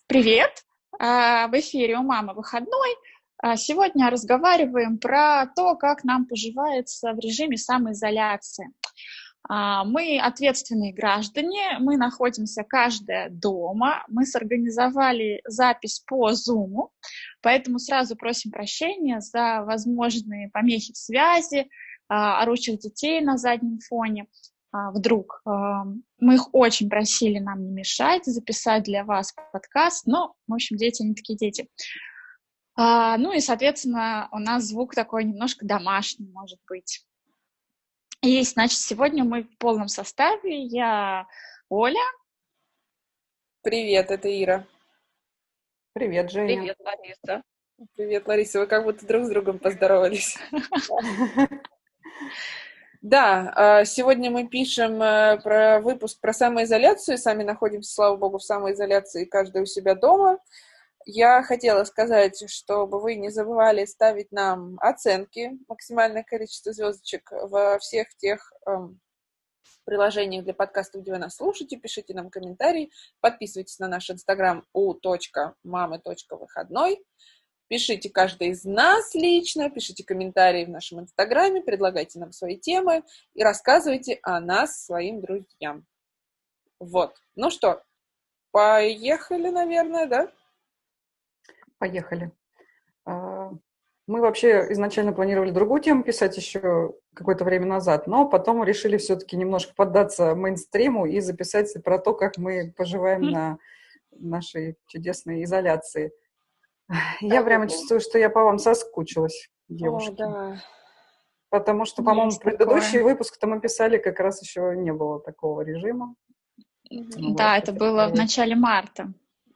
Привет! В эфире «У мамы выходной». Сегодня разговариваем про то, как нам поживается в режиме самоизоляции. Мы ответственные граждане, мы находимся каждая дома, мы сорганизовали запись по Zoom, поэтому сразу просим прощения за возможные помехи в связи, орущих детей на заднем фоне. Вдруг. Мы их очень просили нам не мешать, записать для вас подкаст, но, в общем, дети, они такие дети. Ну и, соответственно, у нас звук такой немножко домашний, может быть. И, значит, сегодня мы в полном составе. Я Оля. Привет, это Ира. Привет, Женя. Привет, Лариса. Привет, Лариса. Вы как будто друг с другом поздоровались. Да, сегодня мы пишем про выпуск про самоизоляцию. Сами находимся, слава богу, в самоизоляции, каждый у себя дома. Я хотела сказать, чтобы вы не забывали ставить нам оценки, максимальное количество звездочек во всех тех приложениях для подкастов, где вы нас слушаете. Пишите нам комментарии, подписывайтесь на наш инстаграм u.mamы.выходной. Пишите каждый из нас лично, пишите комментарии в нашем инстаграме, предлагайте нам свои темы и рассказывайте о нас своим друзьям. Вот. Ну что, поехали, наверное, да? Поехали. Мы вообще изначально планировали другую тему писать еще какое-то время назад, но потом решили все-таки немножко поддаться мейнстриму и записать про то, как мы поживаем на нашей чудесной изоляции. Я прямо чувствую, что я по вам соскучилась, девушки. О, да. Потому что, по-моему, Есть предыдущий такое. выпуск-то мы писали, как раз еще не было такого режима. Да, это было в начале марта.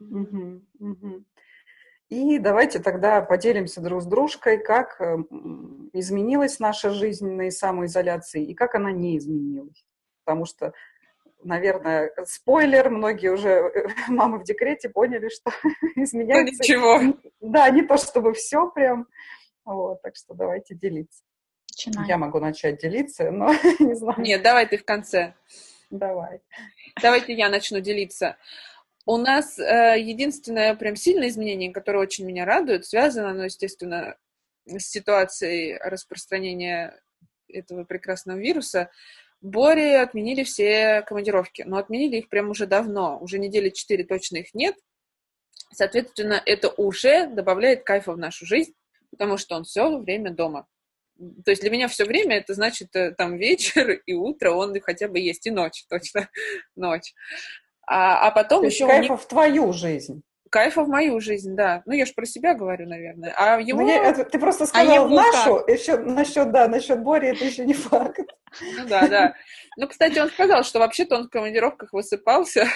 И давайте тогда поделимся друг с дружкой, как изменилась наша жизнь на самоизоляции и как она не изменилась. Потому что, наверное, спойлер, многие уже мамы в декрете поняли, что изменяется. Ничего. Да, не то чтобы все прям. Вот, так что давайте делиться. Начинай. Я могу начать делиться, но не знаю. Нет, давай ты в конце. Давай. Давайте я начну делиться. У нас единственное прям сильное изменение, которое очень меня радует, связано оно, естественно, с ситуацией распространения этого прекрасного вируса. Боре отменили все командировки, но отменили их прям уже давно, уже недели 4 точно их нет. Соответственно, это уже добавляет кайфа в нашу жизнь, потому что он все время дома. То есть для меня все время это значит там вечер и утро, он хотя бы есть, и ночь, точно, ночь. А потом То еще есть кайфа в твою жизнь. Кайфа в мою жизнь, да. Ну, я же про себя говорю, наверное. А его... Ты просто сказала его нашу, еще насчет Бори это еще не факт. Ну, да. Ну, кстати, он сказал, что вообще-то он в командировках высыпался.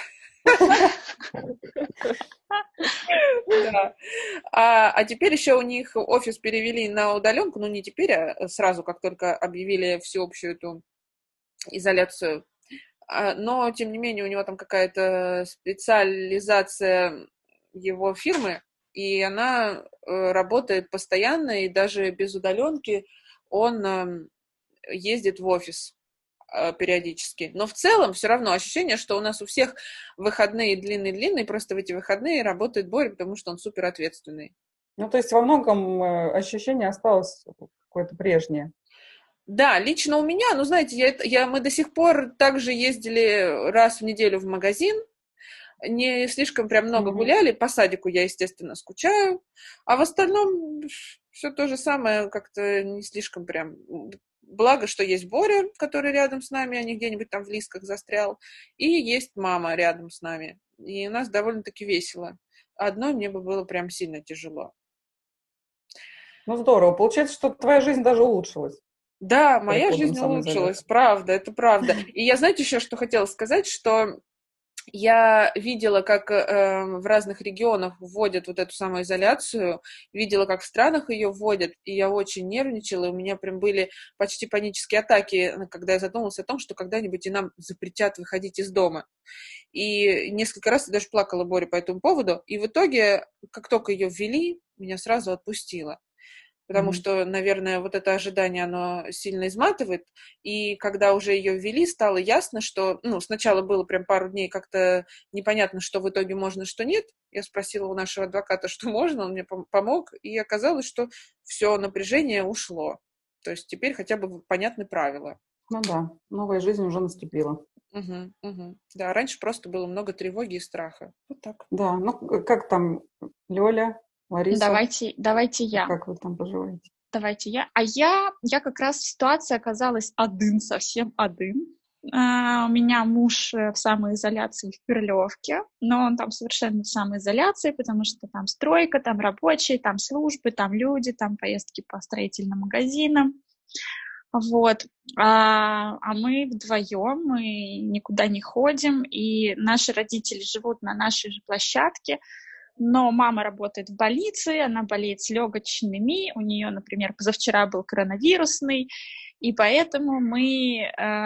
А теперь еще у них офис перевели на удаленку, ну, не теперь, а сразу, как только объявили всеобщую эту изоляцию. Но, тем не менее, у него там какая-то специализация его фирмы, и она работает постоянно, и даже без удаленки он ездит в офис периодически. Но в целом все равно ощущение, что у нас у всех выходные длинные-длинные, просто в эти выходные работает Боря, потому что он супер ответственный. Ну, то есть во многом ощущение осталось какое-то прежнее. Да, лично у меня, ну, знаете, мы до сих пор также ездили раз в неделю в магазин, не слишком прям много гуляли, по садику я, естественно, скучаю, а в остальном все то же самое, как-то не слишком прям... Благо, что есть Боря, который рядом с нами, а не где-нибудь там в Лисках застрял, и есть мама рядом с нами, и у нас довольно-таки весело. Одной мне бы было прям сильно тяжело. Ну, здорово. Получается, что твоя жизнь даже улучшилась. Да, моя жизнь улучшилась, правда, это правда. И я, знаете, еще что хотела сказать, что я видела, как в разных регионах вводят вот эту самоизоляцию, видела, как в странах ее вводят, и я очень нервничала, и у меня прям были почти панические атаки, когда я задумалась о том, что когда-нибудь и нам запретят выходить из дома. И несколько раз я даже плакала Боре по этому поводу, и в итоге, как только ее ввели, меня сразу отпустило. потому что, наверное, вот это ожидание, оно сильно изматывает, и когда уже ее ввели, стало ясно, что, ну, сначала было прям пару дней как-то непонятно, что в итоге можно, что нет. Я спросила у нашего адвоката, что можно, он мне помог, и оказалось, что все напряжение ушло. То есть теперь хотя бы понятны правила. Ну да, новая жизнь уже наступила. Да, раньше просто было много тревоги и страха. Вот так. Да, ну как там Лёля, Лариса? Давайте я. Как вы там поживаете? Давайте я. Я как раз в ситуации оказалась совсем один. У меня муж в самоизоляции в Перлёвке, но он там совершенно в самоизоляции, потому что там стройка, там рабочие, там службы, там люди, там поездки по строительным магазинам. Вот. А мы вдвоем, мы никуда не ходим, и наши родители живут на нашей же площадке, но мама работает в больнице, она болеет с легочными, у нее, например, позавчера был коронавирусный, и поэтому мы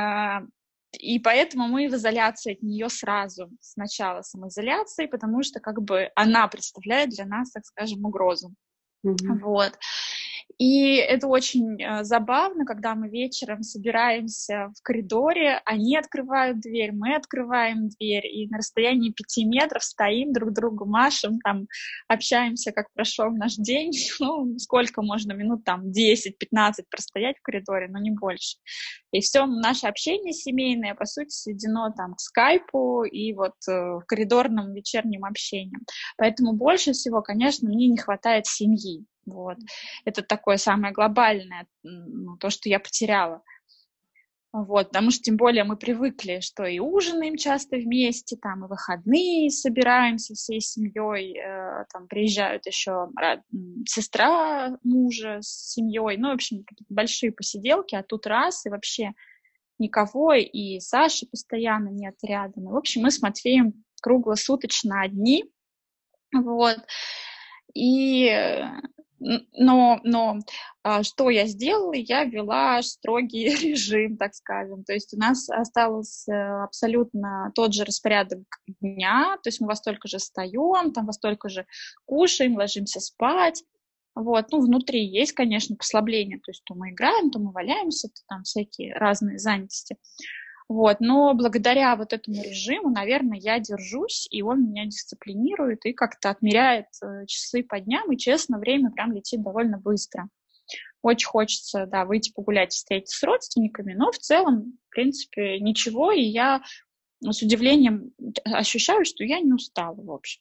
в изоляции от нее сразу, сначала самоизоляции, потому что как бы она представляет для нас, так скажем, угрозу. Вот. И это очень забавно, когда мы вечером собираемся в коридоре, они открывают дверь, мы открываем дверь, и на расстоянии 5 метров стоим, друг другу машем, там, общаемся, как прошел наш день. Ну, сколько можно, минут там 10-15 простоять в коридоре, но не больше. И все наше общение семейное, по сути, сведено там к скайпу и вот коридорным вечерним общением. Поэтому больше всего, конечно, мне не хватает семьи. Вот. Это такое самое глобальное, то, что я потеряла. Вот, потому что тем более мы привыкли, что и ужинаем часто вместе, там и выходные собираемся всей семьей, там приезжают еще сестра мужа с семьей, ну, в общем, какие-то большие посиделки, а тут раз, и вообще никого, и Саши постоянно нет рядом. И, в общем, мы с Матвеем круглосуточно одни, вот, но что я сделала? Я ввела строгий режим, так скажем. То есть у нас остался абсолютно тот же распорядок дня, то есть мы во столько же встаем, там во столько же кушаем, ложимся спать. Вот. Ну, внутри есть, конечно, послабление, то есть то мы играем, то мы валяемся, то там всякие разные занятости. Вот, но благодаря вот этому режиму, наверное, я держусь, и он меня дисциплинирует и как-то отмеряет часы по дням, и, честно, время прям летит довольно быстро. Очень хочется, да, выйти погулять, встретиться с родственниками, но в целом, в принципе, ничего, и я с удивлением ощущаю, что я не устала, в общем.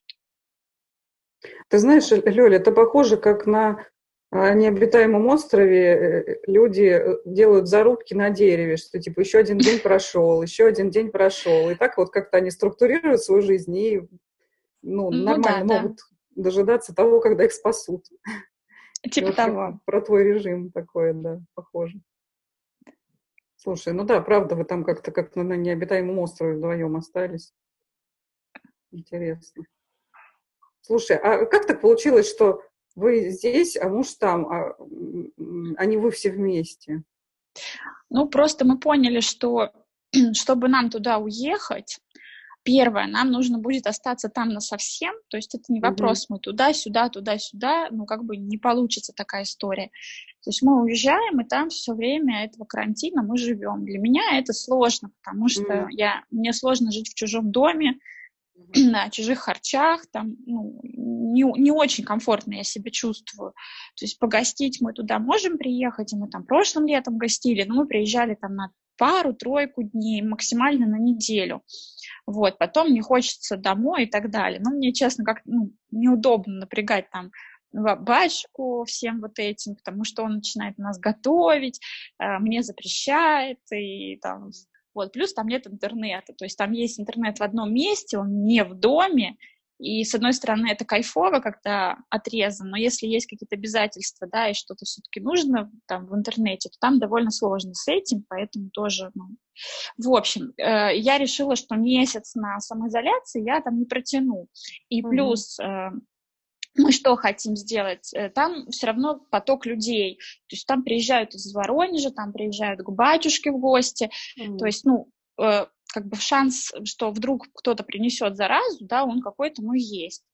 Ты знаешь, Лёля, это похоже, как на необитаемом острове люди делают зарубки на дереве, что типа еще один день прошел, еще один день прошел. И так вот как-то они структурируют свою жизнь и нормально могут дожидаться того, когда их спасут. Типа того. Про твой режим такое, да, похоже. Слушай, ну да, правда, вы там как-то как на необитаемом острове вдвоем остались. Интересно. Слушай, а как так получилось, что вы здесь, а муж там, а не вы все вместе? Ну, просто мы поняли, что чтобы нам туда уехать, первое, нам нужно будет остаться там насовсем, то есть это не вопрос, мы туда-сюда, туда-сюда, ну, как бы не получится такая история. То есть мы уезжаем, и там все время этого карантина мы живем. Для меня это сложно, потому что мне сложно жить в чужом доме, на чужих харчах, там, ну, не очень комфортно я себя чувствую. То есть погостить мы туда можем приехать, и мы там прошлым летом гостили, но мы приезжали там на пару-тройку дней, максимально на неделю. Вот, потом мне хочется домой и так далее. Но мне, честно, как неудобно напрягать там батюшку всем вот этим, потому что он начинает нас готовить, мне запрещает, и там... Вот, плюс там нет интернета, то есть там есть интернет в одном месте, он не в доме, и, с одной стороны, это кайфово, когда отрезан, но если есть какие-то обязательства, да, и что-то все-таки нужно там в интернете, то там довольно сложно с этим, поэтому тоже, В общем, я решила, что месяц на самоизоляции я там не протяну, и плюс... Мы что хотим сделать? Там все равно поток людей. То есть там приезжают из Воронежа, там приезжают к батюшке в гости. То есть, как бы шанс, что вдруг кто-то принесет заразу, да, он какой-то, есть.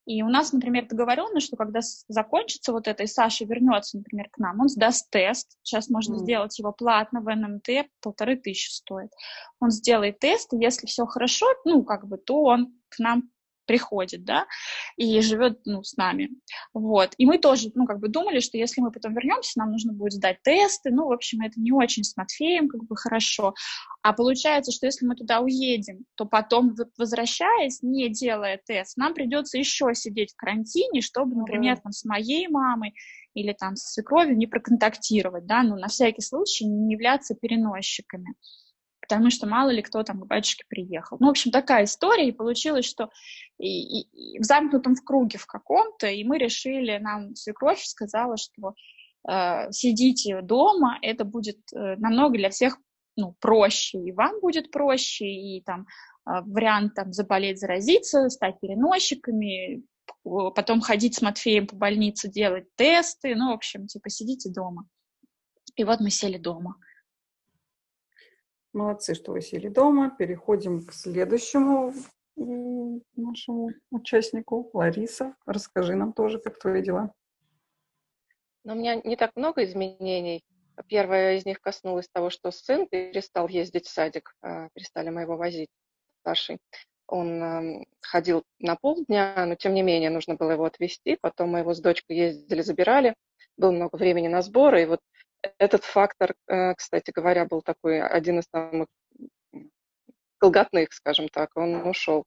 И у нас, например, договоренность, что когда закончится вот это, и Саша вернется, например, к нам, он сдаст тест. Сейчас можно сделать его платно в НМТ, 1500 стоит. Он сделает тест, и если все хорошо, ну, как бы, то он к нам приходит, да, и живет, ну, с нами, вот, и мы тоже, ну, как бы думали, что если мы потом вернемся, нам нужно будет сдать тесты, ну, в общем, это не очень с Матфеем, как бы, хорошо, а получается, что если мы туда уедем, то потом, возвращаясь, не делая тест, нам придется еще сидеть в карантине, чтобы, например, там, с моей мамой или там с свекровью не проконтактировать, да, ну, на всякий случай не являться переносчиками. Потому что мало ли кто там к батюшке приехал. Ну, в общем, такая история, и получилось, что и в замкнутом в круге в каком-то, и мы решили, нам свекровь сказала, что сидите дома, это будет намного для всех, ну, проще, и вам будет проще, и там вариант там заболеть, заразиться, стать переносчиками, потом ходить с Матфеем по больнице, делать тесты, ну, в общем, типа, сидите дома. И вот мы сели дома. Молодцы, что вы сели дома. Переходим к следующему нашему участнику. Лариса, расскажи нам тоже, как твои дела. Но у меня не так много изменений. Первое из них коснулось того, что сын перестал ездить в садик, перестали мы его возить, старший. Он ходил на полдня, но тем не менее нужно было его отвезти. Потом мы его с дочкой ездили, забирали. Было много времени на сборы, и вот этот фактор, кстати говоря, был такой один из самых колготных, скажем так, он ушел.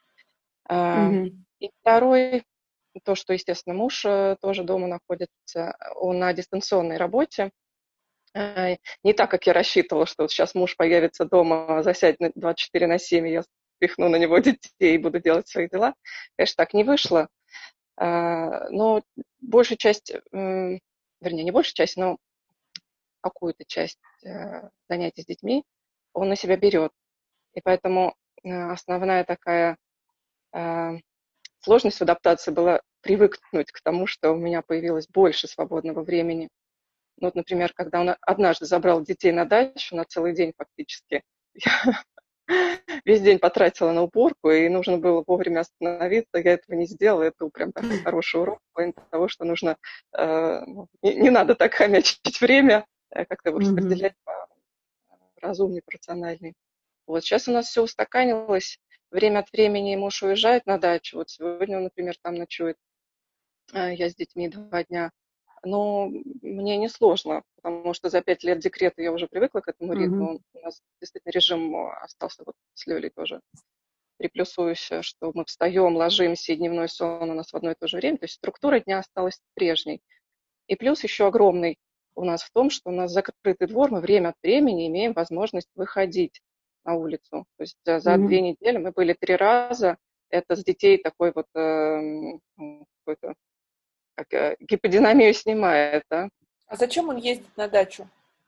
И второй, то, что, естественно, муж тоже дома находится, он на дистанционной работе. Не так, как я рассчитывала, что вот сейчас муж появится дома, засядет 24/7, и я спихну на него детей и буду делать свои дела. Конечно, так не вышло. Но большую часть, вернее, не большую часть, но какую-то часть занятий с детьми он на себя берет. И поэтому основная такая сложность в адаптации была привыкнуть к тому, что у меня появилось больше свободного времени. Ну, вот, например, когда он однажды забрал детей на дачу на целый день фактически, я весь день потратила на уборку, и нужно было вовремя остановиться, я этого не сделала, это прям такой хороший урок, в плане того, что нужно, не надо так хомячить время, как-то его распределять разумнее, рациональнее. Вот сейчас у нас все устаканилось, время от времени муж уезжает на дачу, вот сегодня он, например, там ночует, я с детьми 2 дня, но мне не сложно, потому что за 5 лет декрета я уже привыкла к этому ритму, у нас действительно режим остался вот с Лёлей тоже. Приплюсуюсь, что мы встаем, ложимся, и дневной сон у нас в одно и то же время, то есть структура дня осталась прежней. И плюс еще огромный у нас в том, что у нас закрытый двор, мы время от времени имеем возможность выходить на улицу. То есть за 2 недели мы были 3 раза. Это с детей такой вот какой-то гиподинамию снимает. Да? А зачем он ездит на дачу?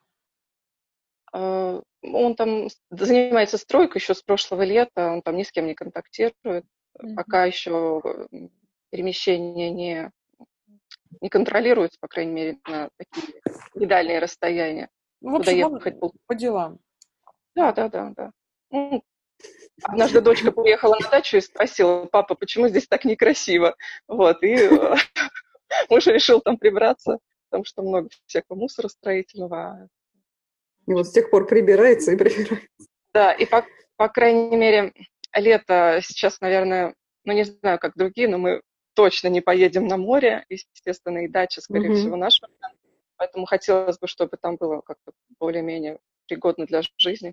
Он там занимается стройкой еще с прошлого лета, он там ни с кем не контактирует. Пока еще перемещение не контролируется, по крайней мере, на такие недальные расстояния. Ну, в общем, он по делам. Да. Ну, однажды дочка приехала на дачу и спросила: папа, почему здесь так некрасиво? Вот, и муж решил там прибраться, потому что много всякого мусора строительного. И вот с тех пор прибирается и прибирается. Да, и по крайней мере, лето сейчас, наверное, ну не знаю, как другие, но мы точно не поедем на море, естественно, и дача, скорее всего, наш вариант. Поэтому хотелось бы, чтобы там было как-то более-менее пригодно для жизни.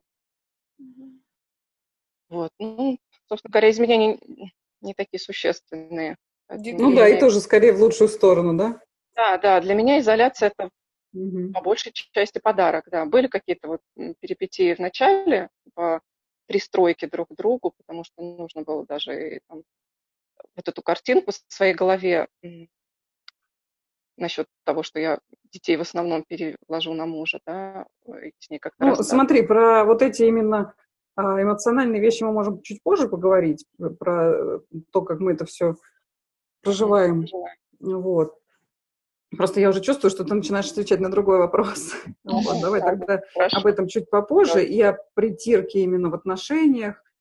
Вот. Ну, собственно говоря, изменения не такие существенные. Ну да, и тоже скорее в лучшую сторону, да? Да, для меня изоляция — это по большей части подарок, да. Были какие-то вот перипетии в начале по пристройке друг к другу, потому что нужно было даже там, вот эту картинку в своей голове насчет того, что я детей в основном переложу на мужа, да, и с ней как-то Ну, смотри, про вот эти именно эмоциональные вещи мы можем чуть позже поговорить, про то, как мы это все проживаем. Вот. Просто я уже чувствую, что ты начинаешь отвечать на другой вопрос. Вот, давай тогда об этом чуть попозже и о притирке именно в отношениях.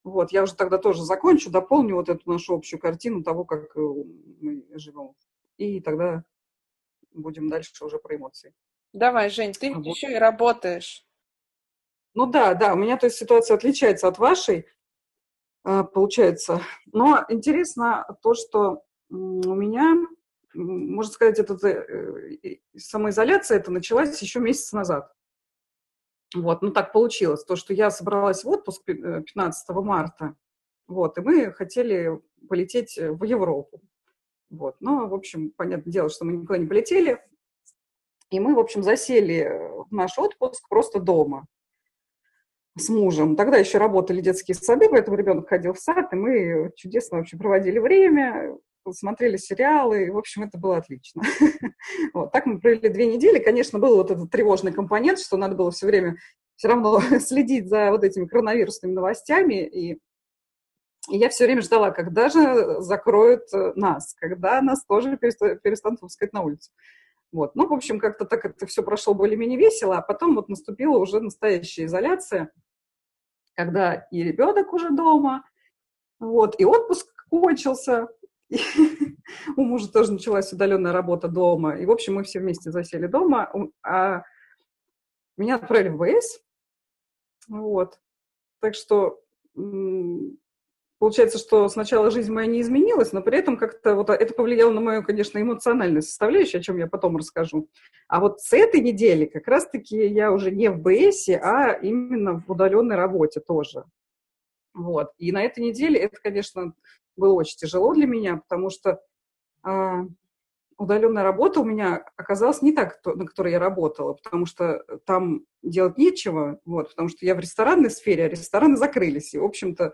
Вот, я уже тогда тоже закончу, дополню вот эту нашу общую картину того, как мы живем. И тогда будем дальше уже про эмоции. Давай, Жень, ты ведь еще и работаешь. Ну да, у меня, то есть, ситуация отличается от вашей, получается. Но интересно то, что у меня, можно сказать, самоизоляция это началась еще месяц назад. Вот, ну так получилось, то, что я собралась в отпуск 15 марта, вот, и мы хотели полететь в Европу. Вот, но, в общем, понятное дело, что мы никуда не полетели, и мы, в общем, засели в наш отпуск просто дома с мужем. Тогда еще работали детские сады, поэтому ребенок ходил в сад, и мы чудесно вообще проводили время, смотрели сериалы, и, в общем, это было отлично. Вот, так мы провели 2 недели. Конечно, был вот этот тревожный компонент, что надо было все время все равно следить за вот этими коронавирусными новостями, и я все время ждала, когда же закроют нас, когда нас тоже перестанут выпускать на улицу. Вот. Ну, в общем, как-то так это все прошло более-менее весело, а потом вот наступила уже настоящая изоляция, когда и ребенок уже дома, вот, и отпуск кончился, и у мужа тоже началась удаленная работа дома, и, в общем, мы все вместе засели дома, а меня отправили в ВС, вот, так что получается, что сначала жизнь моя не изменилась, но при этом как-то вот это повлияло на мою, конечно, эмоциональную составляющую, о чем я потом расскажу. А вот с этой недели как раз-таки я уже не в БСе, а именно в удаленной работе тоже. Вот. И на этой неделе это, конечно, было очень тяжело для меня, потому что удаленная работа у меня оказалась не так, на которой я работала, потому что там делать нечего, вот, потому что я в ресторанной сфере, а рестораны закрылись. И, в общем-то,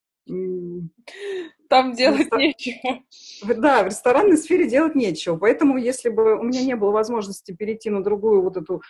там делать нечего. Да, в ресторанной сфере делать нечего. Поэтому, если бы у меня не было возможности перейти на другую вот эту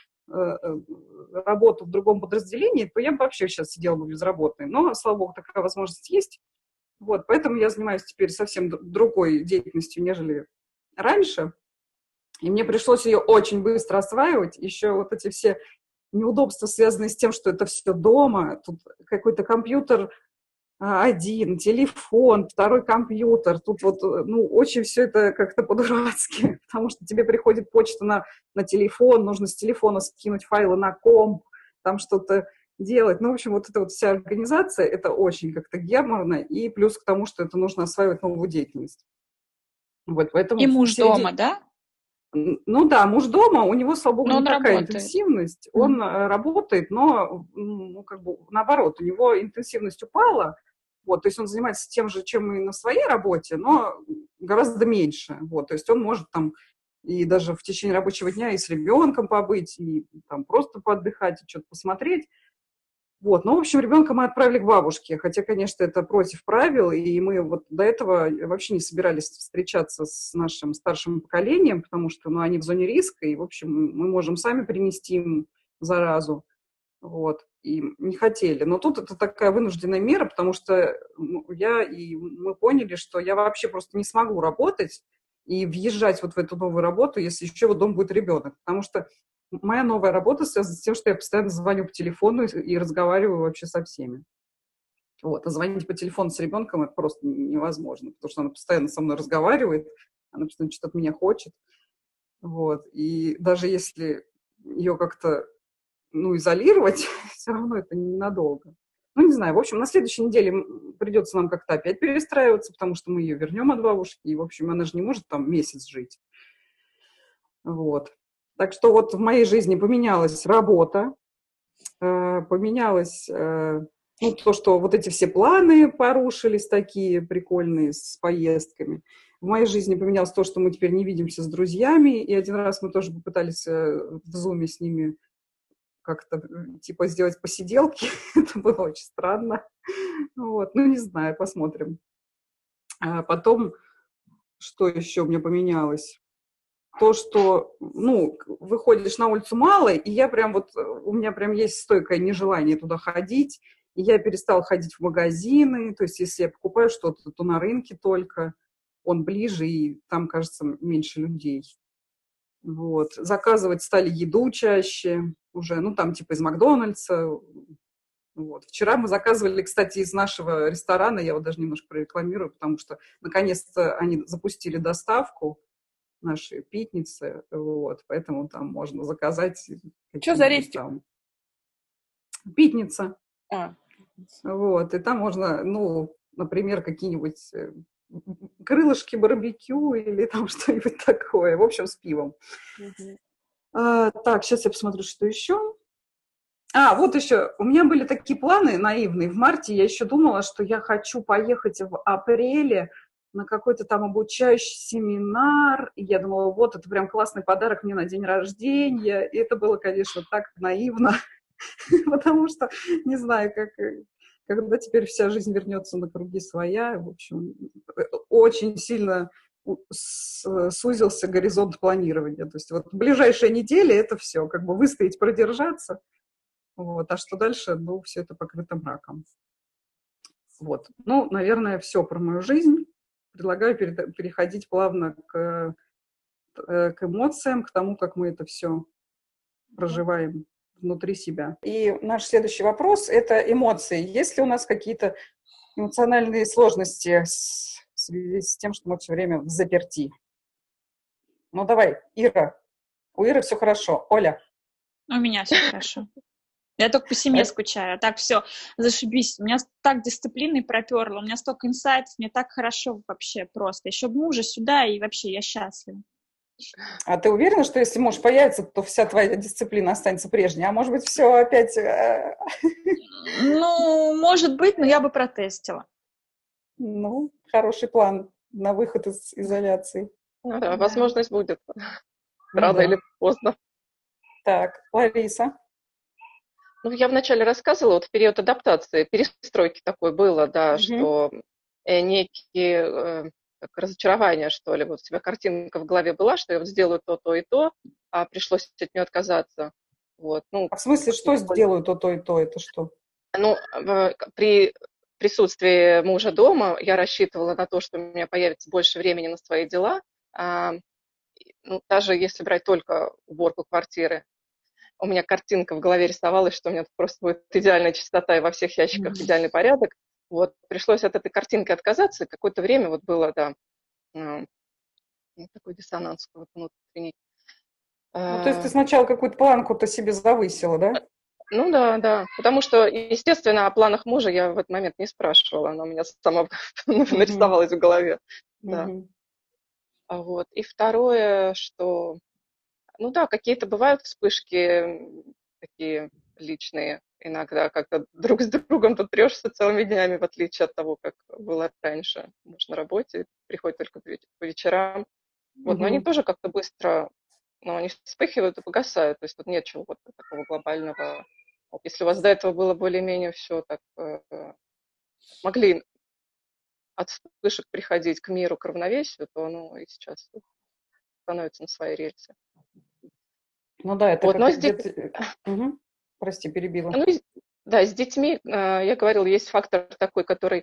работу в другом подразделении, то я бы вообще сейчас сидела бы безработной. Но, слава богу, такая возможность есть. Вот, поэтому я занимаюсь теперь совсем другой деятельностью, нежели раньше. И мне пришлось ее очень быстро осваивать. Еще вот эти все неудобства, связанные с тем, что это все дома, тут какой-то компьютер один, телефон, второй компьютер. Тут вот, ну, очень все это как-то по-дурацки, потому что тебе приходит почта на телефон, нужно с телефона скинуть файлы на комп, там что-то делать. Ну, в общем, вот эта вот вся организация, это очень как-то геморно, и плюс к тому, что это нужно осваивать новую деятельность. Вот, поэтому и муж дома, да? Ну да, муж дома, у него, слава богу, но не такая работает. интенсивность. Он работает, но, ну, как бы, наоборот, у него интенсивность упала. Вот, то есть он занимается тем же, чем и на своей работе, но гораздо меньше. Вот, то есть он может там и даже в течение рабочего дня и с ребенком побыть, и там просто поотдыхать, и что-то посмотреть. Вот, ну, в общем, ребенка мы отправили к бабушке, хотя, конечно, это против правил, и мы вот до этого вообще не собирались встречаться с нашим старшим поколением, потому что, ну, они в зоне риска, и, в общем, мы можем сами принести им заразу, вот, и не хотели. Но тут это такая вынужденная мера, потому что мы поняли, что я вообще просто не смогу работать и въезжать вот в эту новую работу, если еще вот дома будет ребенок, потому что моя новая работа связана с тем, что я постоянно звоню по телефону и разговариваю вообще со всеми. Вот. А звонить по телефону с ребенком это просто невозможно, потому что она постоянно со мной разговаривает, она постоянно что-то от меня хочет. Вот. И даже если ее как-то, ну, изолировать, все равно это ненадолго. Ну, не знаю, в общем, на следующей неделе придется нам как-то опять перестраиваться, потому что мы ее вернем от бабушки, и, в общем, она же не может там месяц жить. Вот. Так что вот в моей жизни поменялась работа, поменялось, ну, то, что вот эти все планы порушились такие прикольные с поездками. В моей жизни поменялось то, что мы теперь не видимся с друзьями, и один раз мы тоже попытались в Зуме с ними как-то типа сделать посиделки. Это было очень странно. Вот. Ну, не знаю, посмотрим. А потом, что еще у меня поменялось? То, что, ну, выходишь на улицу мало, и я прям вот, у меня прям есть стойкое нежелание туда ходить, и я перестала ходить в магазины, то есть если я покупаю что-то, то на рынке только, он ближе, и там, кажется, меньше людей. Вот. Заказывать стали еду чаще уже, ну, там типа из Макдональдса, Вот. Вчера мы заказывали, кстати, из нашего ресторана, я вот даже немножко прорекламирую, потому что наконец-то они запустили доставку нашей питницы, вот, поэтому там можно заказать Что за какие-нибудь рестик? там питница, А, вот, и там можно, ну, например, какие-нибудь крылышки барбекю или там что-нибудь такое, в общем, с пивом. мгм. Так, сейчас я посмотрю, что еще. Вот еще, у меня были такие планы наивные. В марте я еще думала, что я хочу поехать в апреле на какой-то там обучающий семинар. И я думала, вот, это прям классный подарок мне на день рождения. И это было, конечно, так наивно, потому что, не знаю, когда теперь вся жизнь вернется на круги своя, в общем, очень сильно сузился горизонт планирования. То есть вот ближайшая неделя — это все, как бы выстоять, продержаться. Вот. А что дальше? Ну, все это покрыто мраком. Вот. Ну, наверное, все про мою жизнь. Предлагаю переходить плавно к эмоциям, к тому, как мы это все проживаем внутри себя. И наш следующий вопрос – это эмоции. Есть ли у нас какие-то эмоциональные сложности в связи с тем, что мы все время взаперти? Ну, давай, Ира. У Иры все хорошо. Оля. У меня все хорошо. Я только по семье скучаю. А так все, зашибись. У меня так дисциплиной проперло, у меня столько инсайтов, мне так хорошо вообще просто. Еще бы мужа сюда, и вообще я счастлива. А ты уверена, что если муж появится, то вся твоя дисциплина останется прежней? А может быть, все опять... Ну, может быть, но я бы протестила. Ну, хороший план на выход из изоляции. Ну да, Да. возможность будет. Ну Рано да. или поздно. Так, Лариса. Ну, я вначале рассказывала, вот в период адаптации, перестройки такой было, да, что некие как разочарования, что ли, вот у тебя картинка в голове была, что я вот сделаю то и то, а пришлось от нее отказаться. Вот, ну, А в смысле, что сделаю то и то? Это что? Ну, при присутствии мужа дома я рассчитывала на то, что у меня появится больше времени на свои дела. Ну, даже если брать только уборку квартиры, у меня картинка в голове рисовалась, что у меня просто будет идеальная чистота и во всех ящиках идеальный порядок. Вот, пришлось от этой картинки отказаться, и какое-то время вот было, да, такой диссонанс вот внутренний. Ну, то есть ты сначала какую-то планку-то себе завысила, да? Ну да, потому что, естественно, о планах мужа я в этот момент не спрашивала, она у меня сама нарисовалась в голове, да. Вот. И второе, что, ну да, какие-то бывают вспышки такие личные, иногда как-то друг с другом тут трешься целыми днями, в отличие от того, как было раньше. Муж на работе, приходит только по вечерам. Вот, но они тоже как-то быстро, ну, они вспыхивают и погасают, то есть тут нет чего-то такого глобального. Вот, если у вас до этого было более-менее все так, могли от вспышек приходить к миру, к равновесию, то оно и сейчас становится на своей рельсе. Ну да, это вот, как но где-то... Прости, перебила. Ну, да, с детьми, я говорила, есть фактор такой, который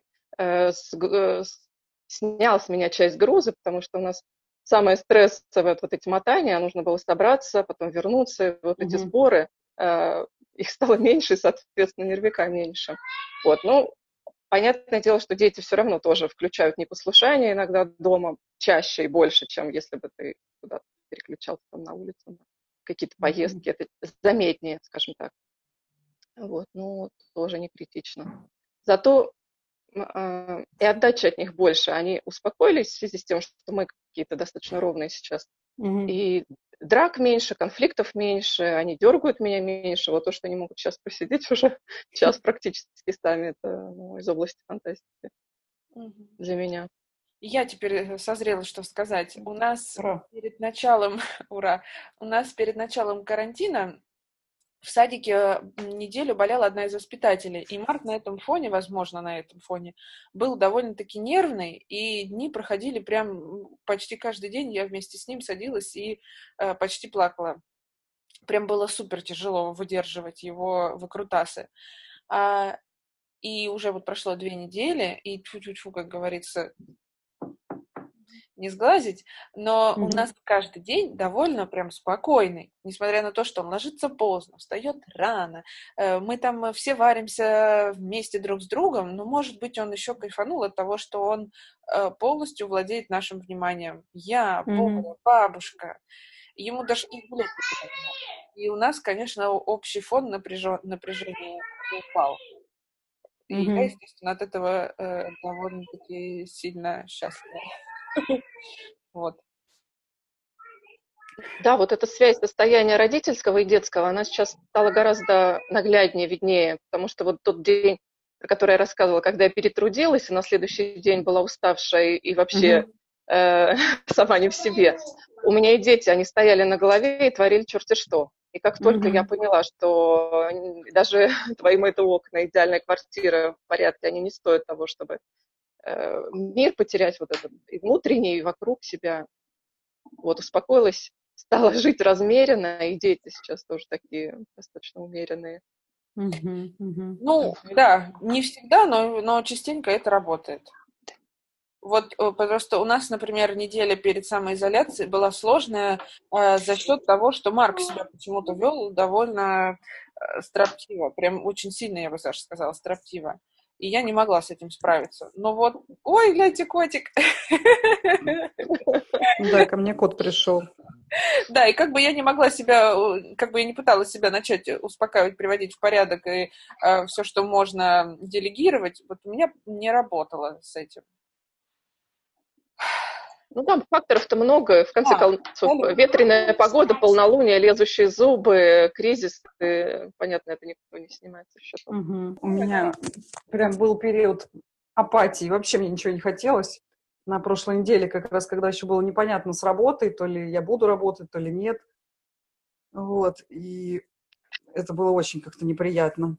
снял с меня часть груза, потому что у нас самое стрессовое вот эти мотания, нужно было собраться, потом вернуться, вот эти сборы, их стало меньше, и, соответственно, нервяка меньше. Вот, ну, понятное дело, что дети все равно тоже включают непослушание иногда дома чаще и больше, чем если бы ты куда-то переключался там на улицу, на какие-то поездки, это заметнее, скажем так. Вот, ну, тоже не критично. Зато и отдача от них больше. Они успокоились в связи с тем, что мы какие-то достаточно ровные сейчас. И драк меньше, конфликтов меньше, они дергают меня меньше. Вот то, что они могут сейчас посидеть уже час практически сами, это из области фантастики для меня. Я теперь созрела, что сказать. У нас Ура. перед началом, ура, у нас перед началом карантина в садике неделю болела одна из воспитателей, и Марк на этом фоне, возможно, на этом фоне, был довольно-таки нервный, и дни проходили прям почти каждый день, я вместе с ним садилась и почти плакала. Прям было супер тяжело выдерживать его выкрутасы. И уже вот прошло 2 недели, и тьфу-тьфу-тьфу, как говорится, не сглазить, но у нас каждый день довольно прям спокойный, несмотря на то, что он ложится поздно, встает рано, мы там все варимся вместе друг с другом, но, может быть, он еще кайфанул от того, что он полностью владеет нашим вниманием. Я, Боря, бабушка, ему даже и гулять не надо. И у нас, конечно, общий фон напряжения упал. И я, естественно, от этого довольно-таки сильно счастлива. Вот. Да, вот эта связь состояния родительского и детского, она сейчас стала гораздо нагляднее, виднее, потому что вот тот день, про который я рассказывала, когда я перетрудилась, и на следующий день была уставшая и вообще сама не в себе, у меня и дети, они стояли на голове и творили черти что. И как только я поняла, что даже твои мытые окна, идеальная квартира в порядке, они не стоят того, чтобы мир потерять вот этот и внутренний, и вокруг себя, вот успокоилась, стала жить размеренно, и дети сейчас тоже такие достаточно умеренные. Ну, да, не всегда, но частенько это работает. Вот просто у нас, например, неделя перед самоизоляцией была сложная за счет того, что Марк себя почему-то вел довольно строптиво, прям очень сильно, я бы даже сказала, строптиво. И я не могла с этим справиться. Но вот, ой, гляньте, котик. Да, ко мне кот пришел. Да, и как бы я не могла себя, как бы я не пыталась себя начать успокаивать, приводить в порядок и все, что можно делегировать, вот у меня не работало с этим. Ну, там факторов-то много. В конце концов, ветреная погода, полнолуние, лезущие зубы, кризис. Понятно, это никто не снимает со счета. У меня прям был период апатии. Вообще мне ничего не хотелось. На прошлой неделе, как раз, когда еще было непонятно с работой, то ли я буду работать, то ли нет. Вот. И это было очень как-то неприятно.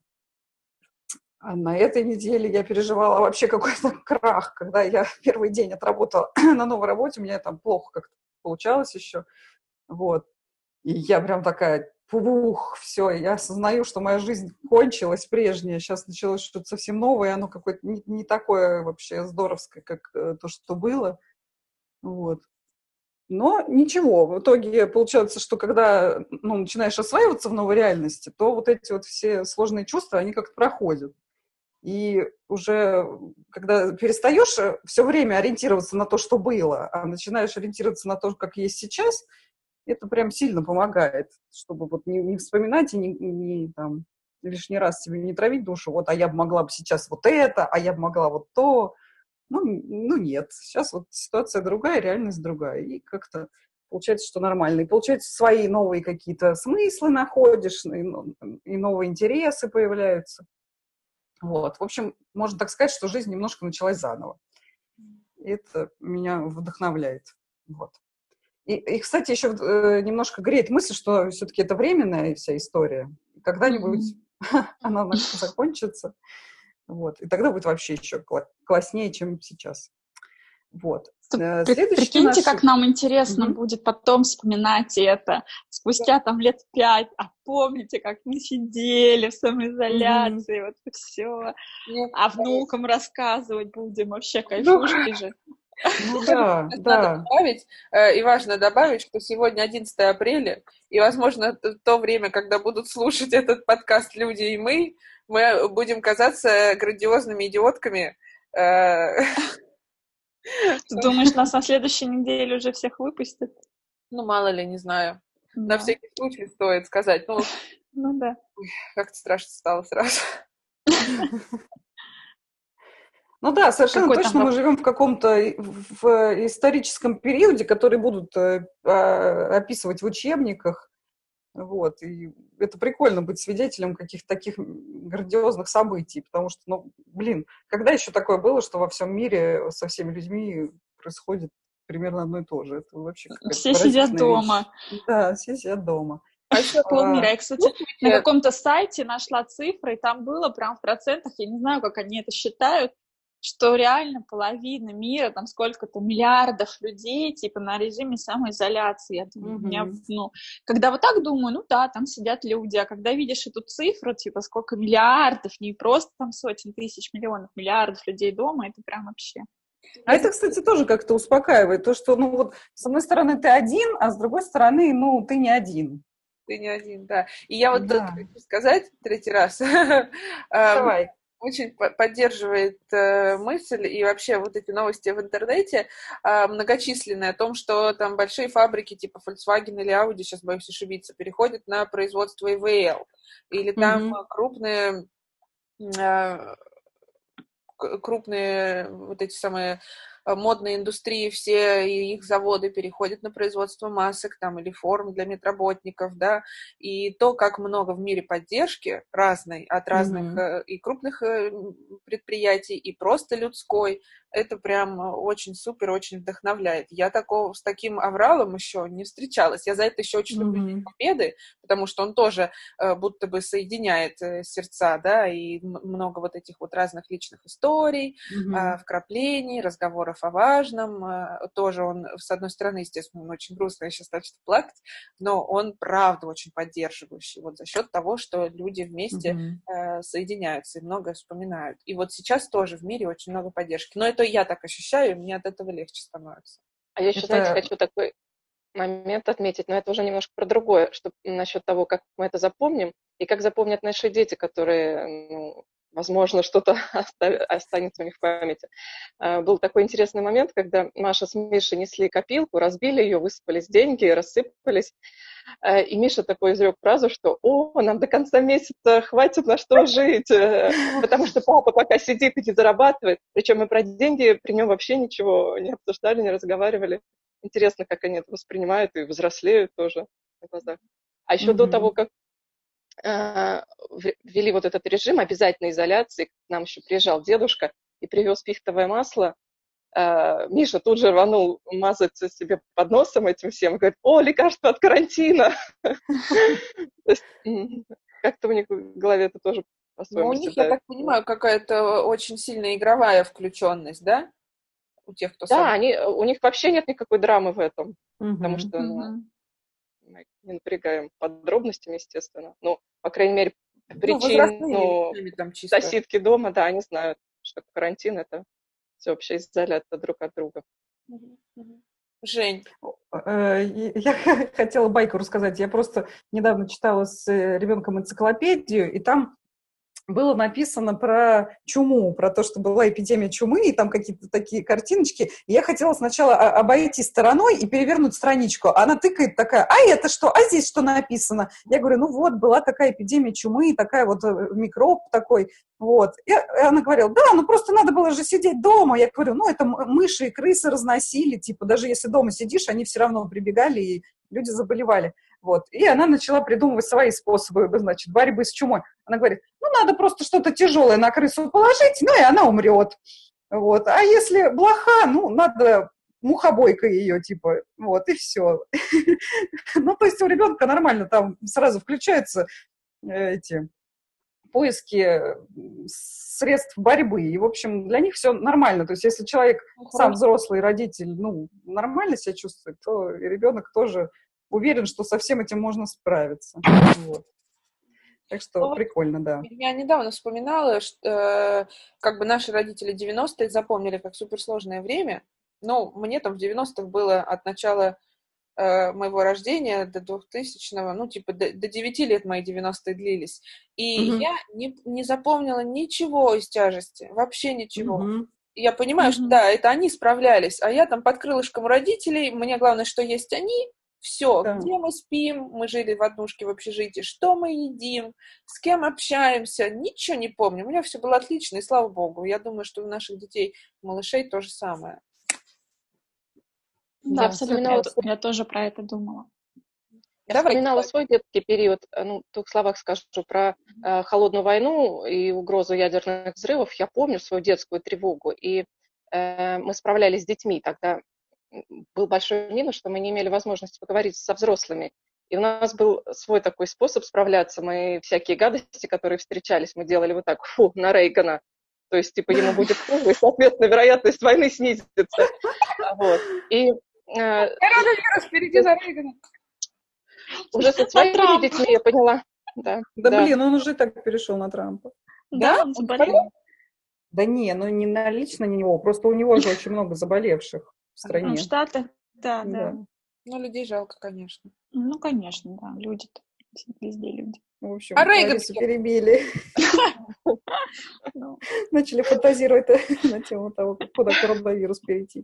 А на этой неделе я переживала вообще какой-то крах, когда я первый день отработала на новой работе, у меня там плохо как-то получалось еще, вот, и я прям такая, все, я осознаю, что моя жизнь кончилась прежняя, сейчас началось что-то совсем новое, оно какое-то не такое вообще здоровское, как то, что было, вот. Но ничего, в итоге получается, что когда начинаешь осваиваться в новой реальности, то вот эти вот все сложные чувства, они как-то проходят. И уже, когда перестаешь все время ориентироваться на то, что было, а начинаешь ориентироваться на то, как есть сейчас, это прям сильно помогает, чтобы вот не вспоминать и не там, лишний раз себе не травить душу, вот, а я бы могла бы сейчас вот это, а я бы могла вот то. Ну нет, сейчас вот ситуация другая, реальность другая, и как-то получается, что нормально. И получается, свои новые какие-то смыслы находишь, и новые интересы появляются. Вот. В общем, можно так сказать, что жизнь немножко началась заново. И это меня вдохновляет. Вот. И, кстати, еще немножко греет мысль, что все-таки это временная вся история. Когда-нибудь она закончится. Вот. И тогда будет вообще еще класснее, чем сейчас. Вот. Прикиньте, как нам интересно будет потом вспоминать это. Спустя там лет 5. А помните, как мы сидели в самоизоляции, вот все. А внукам рассказывать будем. Вообще кайфушки же. Ну да, надо добавить, и важно добавить, что сегодня 11 апреля, и, возможно, то время, когда будут слушать этот подкаст люди и мы будем казаться грандиозными идиотками. Ты думаешь, нас на следующей неделе уже всех выпустят? Ну, мало ли, не знаю. Да. На всякий случай стоит сказать. Ну да. Как-то страшно стало сразу. Ну да, совершенно точно мы живем в каком-то историческом периоде, который будут описывать в учебниках. Вот. И это прикольно быть свидетелем каких-то таких грандиозных событий, потому что, когда еще такое было, что во всем мире со всеми людьми происходит примерно одно и то же? Это вообще все сидят дома. Да, все сидят дома. А еще полмира. Я, кстати, на каком-то сайте нашла цифры, и там было прям в процентах, я не знаю, как они это считают, что реально половина мира, там сколько-то миллиардов людей, типа, на режиме самоизоляции. Я думаю, когда вот так думаю, там сидят люди, а когда видишь эту цифру, типа, сколько миллиардов, не просто там сотен тысяч, миллионов, миллиардов людей дома, это прям вообще... А это, кстати, тоже как-то успокаивает. То, что, ну вот, с одной стороны, ты один, а с другой стороны, ну, ты не один. Ты не один, да. И я вот тут Да. хочу сказать третий раз, Давай. очень поддерживает мысль и вообще вот эти новости в интернете многочисленные о том, что там большие фабрики типа Volkswagen или Audi, сейчас боюсь ошибиться, переходят на производство ИВЛ. Или там крупные вот эти самые модные индустрии, все и их заводы переходят на производство масок там, или форм для медработников, да, и то, как много в мире поддержки разной, от разных и крупных предприятий, и просто людской, это прям очень супер, очень вдохновляет. Я с таким авралом еще не встречалась. Я за это еще очень люблю День Победы, потому что он тоже будто бы соединяет сердца, да, и много вот этих вот разных личных историй, вкраплений, разговоров о важном. Тоже он, с одной стороны, естественно, он очень грустный, я сейчас начну плакать, но он, правда, очень поддерживающий, вот за счет того, что люди вместе соединяются и многое вспоминают. И вот сейчас тоже в мире очень много поддержки. Но это я так ощущаю, и мне от этого легче становится. А я еще, знаете, хочу такой момент отметить, но это уже немножко про другое, что насчет того, как мы это запомним, и как запомнят наши дети, которые, ну, возможно, что-то останется у них в памяти. Был такой интересный момент, когда Маша с Мишей несли копилку, разбили ее, высыпались деньги, рассыпались. И Миша такой изрек фразу, что «О, нам до конца месяца хватит на что жить, потому что папа пока сидит и не зарабатывает». Причем мы про деньги при нем вообще ничего не обсуждали, не разговаривали. Интересно, как они это воспринимают и взрослеют тоже на глазах. А еще до того, как ввели вот этот режим обязательной изоляции, к нам еще приезжал дедушка и привез пихтовое масло, Миша тут же рванул мазать себе под носом этим всем и говорит: «О, лекарство от карантина!» Как-то у них в голове это тоже по-своему. У них, я так понимаю, какая-то очень сильная игровая включенность, да? У тех, кто Да, у них вообще нет никакой драмы в этом, потому что мы не напрягаем подробностями, естественно. Ну, по крайней мере, причину соседки дома, да, они знают, что карантин — это всеобщая изоляция друг от друга. Жень. Я хотела байку рассказать. Я просто недавно читала с ребенком энциклопедию, и там было написано про чуму, про то, что была эпидемия чумы, и там какие-то такие картиночки. И я хотела сначала обойти стороной и перевернуть страничку. А она тыкает такая: а это что? А здесь что написано? Я говорю: ну вот, была такая эпидемия чумы, такая вот микроб такой. Вот. И она говорила: да, ну просто надо было же сидеть дома. Я говорю: ну это мыши и крысы разносили, типа даже если дома сидишь, они все равно прибегали, и люди заболевали. Вот. И она начала придумывать свои способы, значит, борьбы с чумой. Она говорит: ну, надо просто что-то тяжелое на крысу положить, ну, и она умрет. Вот. А если блоха, ну, надо мухобойкой ее, типа, вот, и все. Ну, то есть у ребенка нормально там сразу включаются эти поиски средств борьбы. И, в общем, для них все нормально. То есть если человек сам взрослый родитель, ну, нормально себя чувствует, то и ребенок тоже уверен, что со всем этим можно справиться. Вот. Так что прикольно, да. Я недавно вспоминала, что как бы наши родители 90-е запомнили как суперсложное время. Ну, мне там в 90-х было от начала моего рождения до 2000-го, ну, типа до 9 лет мои 90-е длились. И я не запомнила ничего из тяжести, вообще ничего. И я понимаю, что да, это они справлялись, а я там под крылышком родителей, мне главное, что есть они. Все, да. Где мы спим, мы жили в однушке в общежитии, что мы едим, с кем общаемся, ничего не помню. У меня все было отлично, и слава богу. Я думаю, что у наших детей, малышей то же самое. Да, абсолютно. Я тоже про это думала. Я вспоминала свой детский период. Ну, в 2 словах скажу про холодную войну и угрозу ядерных взрывов. Я помню свою детскую тревогу, и мы справлялись с детьми. Тогда был большой минус, что мы не имели возможности поговорить со взрослыми. И у нас был свой такой способ справляться. Мы всякие гадости, которые встречались, мы делали вот так: фу, на Рейгана. То есть, типа, ему будет хуже, и, соответственно, вероятность войны снизится. Вот. И впереди за Рейгана. Уже со своими детьми я поняла. Да, блин, он уже так перешел на Трампа. Да, он заболел. Да не, ну не на лично не него, просто у него же очень много заболевших в В стране. Штатах, да. Да. Ну, людей жалко, конечно. Ну, конечно, да, люди-то, везде люди. В А общем, Ларису Рейганский? перебили. Ну, Начали фантазировать на тему того, куда коронавирус перейти.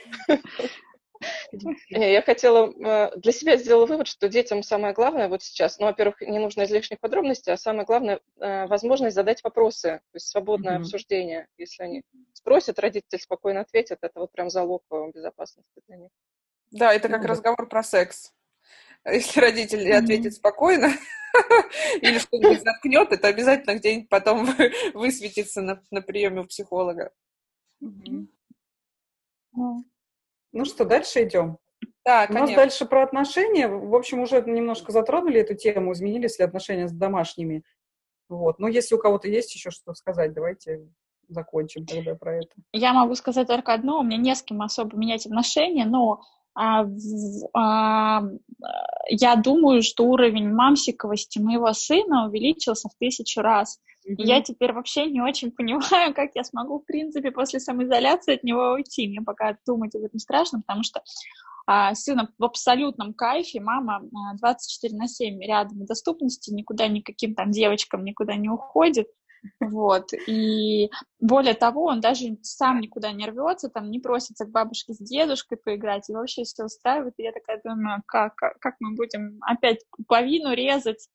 Я хотела, для себя сделала вывод, что детям самое главное вот сейчас, ну, во-первых, не нужно излишних подробностей, а самое главное, возможность задать вопросы, то есть свободное обсуждение. Если они спросят, родитель спокойно ответит, это вот прям залог безопасности для них. Да, это как Ну да. разговор про секс. Если родитель ответит спокойно или что-нибудь заткнет, это обязательно где-нибудь потом высветится на приеме у психолога. Ну что, дальше идем? Да, У нас конечно. дальше про отношения. В общем, уже немножко затронули эту тему, изменились ли отношения с домашними. Вот. Но если у кого-то есть еще что сказать, давайте закончим тогда про это. Я могу сказать только одно, у меня не с кем особо менять отношения, но я думаю, что уровень мамсиковости моего сына увеличился в 1000 раз. И я теперь вообще не очень понимаю, как я смогу, в принципе, после самоизоляции от него уйти. Мне пока думать об этом страшно, потому что сына в абсолютном кайфе, мама 24/7 рядом, в доступности, никуда никаким там девочкам никуда не уходит. Вот, и более того, он даже сам никуда не рвется, там не просится к бабушке с дедушкой поиграть, и вообще все устраивает, и я такая думаю, как мы будем опять пуповину резать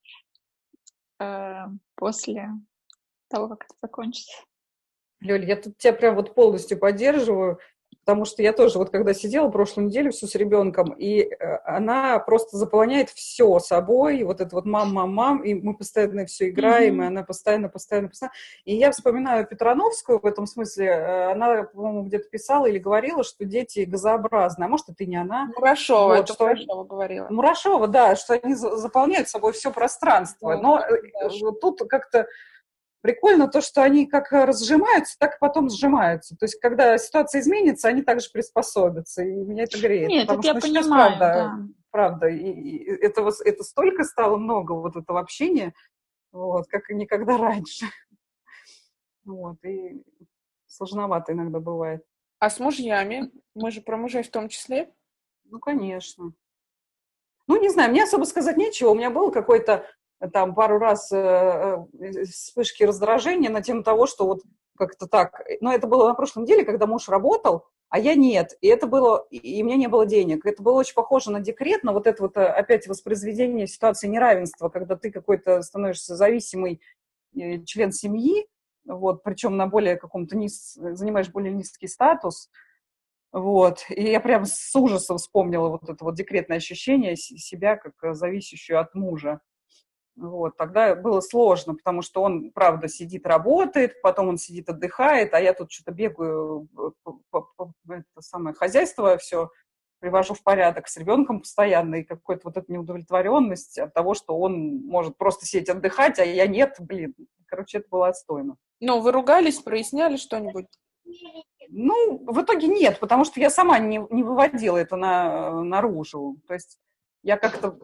после того, как это закончится. Лёль, я тут тебя прям вот полностью поддерживаю, потому что я тоже вот когда сидела прошлую неделю всю с ребенком, и она просто заполняет все собой, вот это вот мам, и мы постоянно все играем, и она постоянно. И я вспоминаю Петрановскую в этом смысле, она, по-моему, где-то писала или говорила, что дети газообразные, а может, это и не она. Мурашова, вот, это Мурашова говорила. Мурашова, да, что они заполняют собой все пространство, но тут как-то прикольно то, что они как разжимаются, так и потом сжимаются. То есть, когда ситуация изменится, они также приспособятся, и меня это греет. Нет, потому это что я сейчас, понимаю, правда, и это столько стало много, вот этого общения, вот, как и никогда раньше. Вот, и сложновато иногда бывает. А с мужьями? Мы же про мужей в том числе? Ну, конечно. Ну, не знаю, мне особо сказать нечего. У меня был какой-то там пару раз вспышки раздражения на тему того, что вот как-то так. Но это было на прошлой неделе, когда муж работал, а я нет. И это было, и у меня не было денег. Это было очень похоже на декрет, на вот это вот опять воспроизведение ситуации неравенства, когда ты какой-то становишься зависимый член семьи, вот, причем на более каком-то занимаешь более низкий статус. Вот. И я прям с ужасом вспомнила вот это вот декретное ощущение себя как зависящую от мужа. Вот. Тогда было сложно, потому что он, правда, сидит, работает, потом он сидит, отдыхает, а я тут что-то бегаю, это самое хозяйство все привожу в порядок с ребенком постоянно, и какая-то вот эта неудовлетворенность от того, что он может просто сидеть отдыхать, а я нет, блин. Короче, это было отстойно. Ну, вы ругались, проясняли что-нибудь? Ну, в итоге нет, потому что я сама не выводила это наружу. То есть я как-то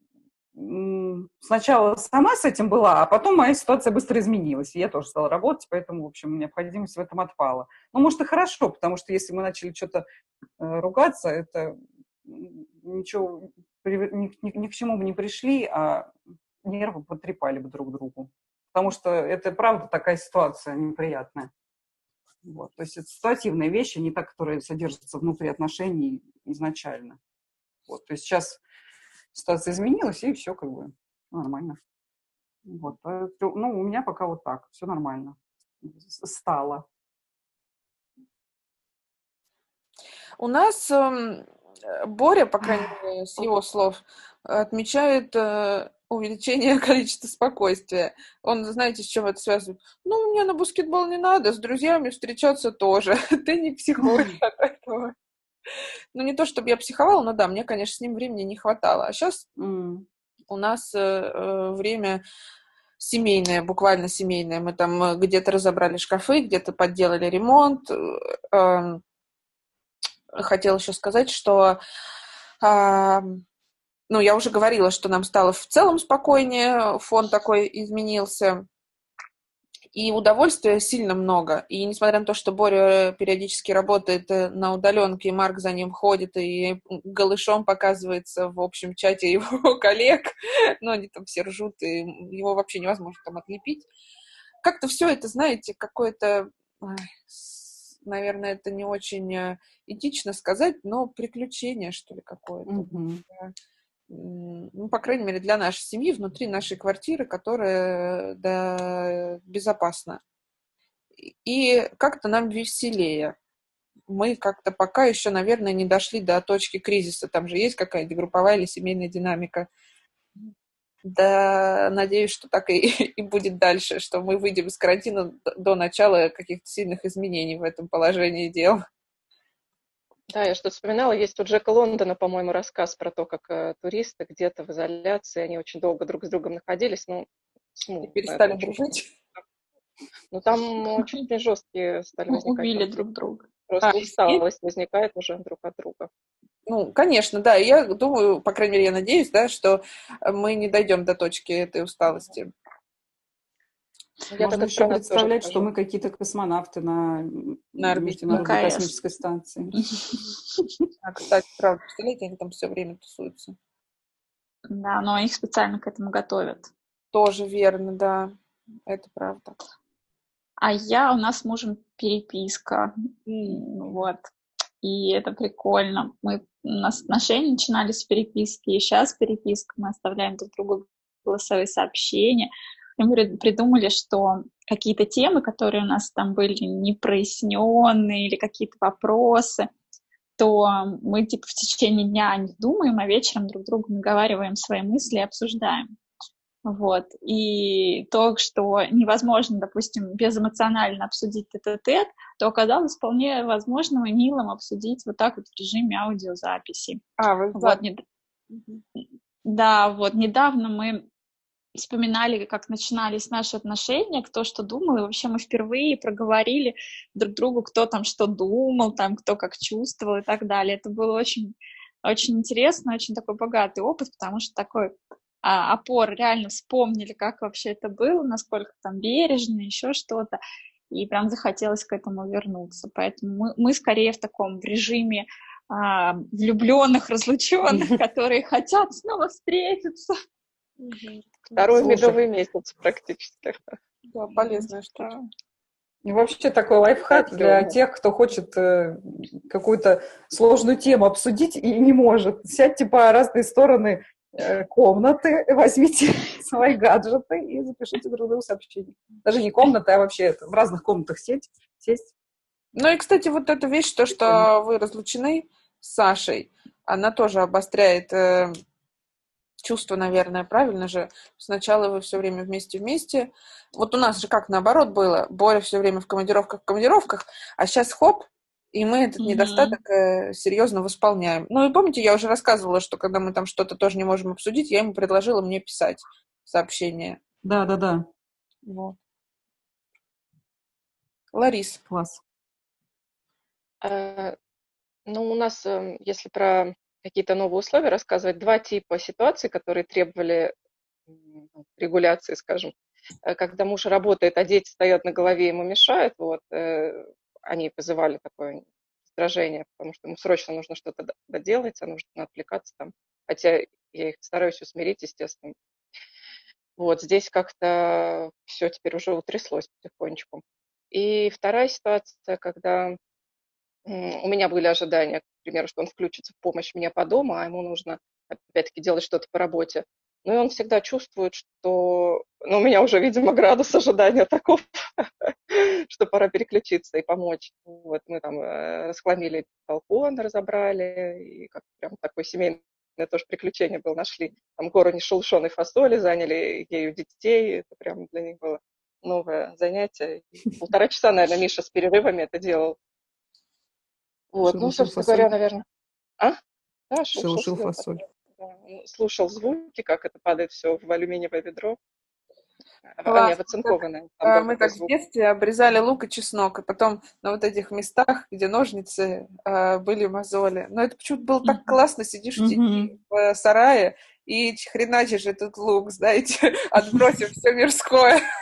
сначала сама с этим была, а потом моя ситуация быстро изменилась, и я тоже стала работать, поэтому, в общем, необходимость в этом отпала. Ну, может, и хорошо, потому что если мы начали что-то ругаться, это ничего, ни к чему бы не пришли, а нервы потрепали бы друг другу. Потому что это, правда, такая ситуация неприятная. Вот. То есть это ситуативные вещи, не та, которые содержатся внутри отношений изначально. Вот. То есть сейчас ситуация изменилась, и все как бы нормально. Вот. Ну, у меня пока вот так, все нормально. Стало. У нас Боря, по крайней мере, с его слов, отмечает увеличение количества спокойствия. Он, знаете, с чем это связывает? Ну, мне на баскетбол не надо, с друзьями встречаться тоже. Ты не психуешь от этого. Ну, не то, чтобы я психовала, но да, мне, конечно, с ним времени не хватало. А сейчас у нас время семейное, буквально семейное. Мы там где-то разобрали шкафы, где-то подделали ремонт. Хотела еще сказать, что ну, я уже говорила, что нам стало в целом спокойнее, фон такой изменился. И удовольствия сильно много. И несмотря на то, что Боря периодически работает на удаленке, и Марк за ним ходит и голышом показывается в общем чате его коллег, но они там все ржут, и его вообще невозможно там отлепить. Как-то все это, знаете, какое-то, наверное, это не очень этично сказать, но приключение, что ли, какое-то. Мгм. Ну, по крайней мере, для нашей семьи, внутри нашей квартиры, которая, да, безопасна. И как-то нам веселее. Мы как-то пока еще, наверное, не дошли до точки кризиса. Там же есть какая-то групповая или семейная динамика. Да, надеюсь, что так и будет дальше, что мы выйдем из карантина до начала каких-то сильных изменений в этом положении дел. Да, я что-то вспоминала, есть у Джека Лондона, по-моему, рассказ про то, как туристы где-то в изоляции, они очень долго друг с другом находились, ну, И смутно. перестали это очень- дружить. Ну, там очень жесткие стали возникать Убили конфликты. друг друга. Просто и усталость возникает уже друг от друга. Ну, конечно, да. И я думаю, по крайней мере, я надеюсь, да, что мы не дойдем до точки этой усталости. Я Можно так еще про нас тоже представлять, что скажу. мы какие-то космонавты на На орбите. Международной На КС. космической станции. А, кстати, правда, представляете, они там все время тусуются. Да, но их специально к этому готовят. Тоже верно, да. Это правда. А у нас с мужем переписка. Вот. И это прикольно. У нас отношения начинались с переписки, и сейчас переписка. Мы оставляем друг другу голосовые сообщения. И мы придумали, что какие-то темы, которые у нас там были непроясненные или какие-то вопросы, то мы типа в течение дня о них думаем, а вечером друг другу наговариваем свои мысли и обсуждаем. Вот. И то, что невозможно, допустим, безэмоционально обсудить тет-а-тет, то оказалось вполне возможным и милым обсудить вот так вот в режиме аудиозаписи. Вы Вот. Да, вот недавно мы вспоминали, как начинались наши отношения, кто что думал, и вообще мы впервые проговорили друг другу, кто там что думал, там, кто как чувствовал и так далее. Это было очень, очень интересно, очень такой богатый опыт, потому что такой опор, реально вспомнили, как вообще это было, насколько там бережно, еще что-то, и прям захотелось к этому вернуться. Поэтому мы скорее в таком в режиме влюбленных, разлученных, которые хотят снова встретиться. Второй Слушай. медовый месяц практически. Да, полезная штука. И вообще такой лайфхак для тех, кто хочет какую-то сложную тему обсудить и не может. Сядьте по разные стороны комнаты, возьмите свои гаджеты и запишите друг другу сообщения. Даже не комната, а вообще в разных комнатах сесть. Ну и, кстати, вот эта вещь, то, что вы разлучены с Сашей, она тоже обостряет чувство, наверное, правильно же. Сначала вы все время вместе. Вот у нас же как наоборот было. Боря все время в командировках, а сейчас хоп, и мы этот недостаток серьезно восполняем. Ну и помните, я уже рассказывала, что когда мы там что-то тоже не можем обсудить, я ему предложила мне писать сообщение. Да. Вот. Ларис. Класс. Ну, у нас, если про какие-то новые условия рассказывать, два типа ситуаций, которые требовали регуляции, скажем. Когда муж работает, а дети стоят на голове, ему мешают, вот, они вызывали такое раздражение, потому что ему срочно нужно что-то доделать, а нужно отвлекаться там. Хотя я их стараюсь усмирить, естественно. Вот, здесь как-то все теперь уже утряслось потихонечку. И вторая ситуация, когда у меня были ожидания, к примеру, что он включится в помощь мне по дому, а ему нужно, опять-таки, делать что-то по работе. Ну и он всегда чувствует, что... Ну, у меня уже, видимо, градус ожидания таков, что пора переключиться и помочь. Вот мы там расхламили балкон, разобрали, и как прям такое семейное тоже приключение было, нашли там гору нешелушеной фасоли, заняли ею детей, это прям для них было новое занятие. 1,5 часа, наверное, Миша с перерывами это делал. Вот, ну, собственно говоря, наверное... Да, шил фасоль. Да, слушал звуки, как это падает все в алюминиевое ведро. Не, в оцинкованное. Мы так в детстве обрезали лук и чеснок, и потом на вот этих местах, где ножницы, были мозоли. Но это почему-то было так классно, сидишь в сарае и хреначишь этот лук, знаете, отбросив все мирское.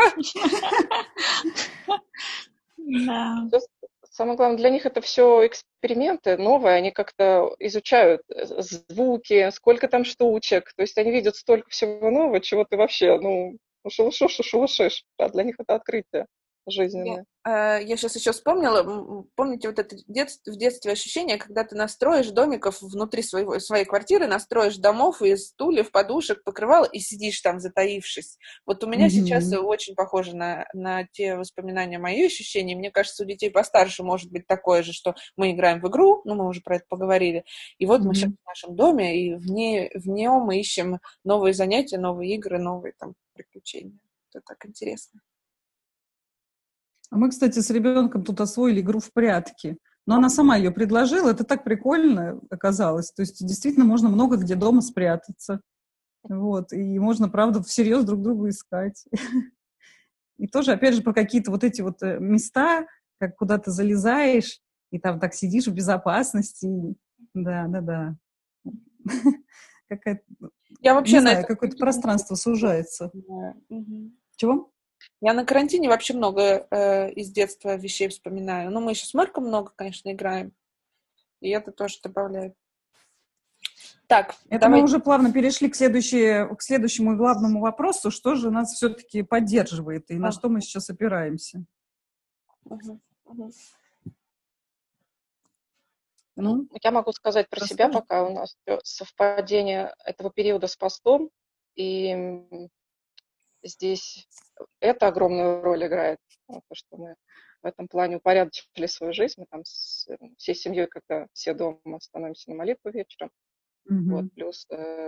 Да. Самое главное, для них это все эксперименты новые, они как-то изучают звуки, сколько там штучек, то есть они видят столько всего нового, чего ты вообще, шелушишь, а для них это открытие жизненное. Я сейчас еще вспомнила, помните вот это в детстве ощущение, когда ты настроишь домиков внутри своей квартиры, настроишь домов из стульев, подушек, покрывал и сидишь там, затаившись. Вот у меня сейчас очень похоже на те воспоминания, мои ощущения. Мне кажется, у детей постарше может быть такое же, что мы играем в игру, мы уже про это поговорили, и вот мы сейчас в нашем доме, и в нем мы ищем новые занятия, новые игры, новые там приключения. Это так интересно. А мы, кстати, с ребенком тут освоили игру в прятки. Но она сама ее предложила, это так прикольно оказалось. То есть действительно можно много где дома спрятаться. Вот. И можно, правда, всерьез друг друга искать. И тоже, опять же, про какие-то вот эти вот места, как куда ты залезаешь, и там так сидишь в безопасности. Да. Я вообще не знаю, какое-то пространство сужается. Чего? Я на карантине вообще много из детства вещей вспоминаю. Ну, мы еще с Марком много, конечно, играем. И это тоже добавляет. Так, это мы уже плавно перешли к следующему и главному вопросу. Что же нас все-таки поддерживает и на что мы сейчас опираемся? Ну, я могу сказать про себя, пока у нас совпадение этого периода с постом. И здесь это огромную роль играет, то, что мы в этом плане упорядочили свою жизнь. Мы там с всей семьей, когда все дома, становимся на молитву вечером. Вот, плюс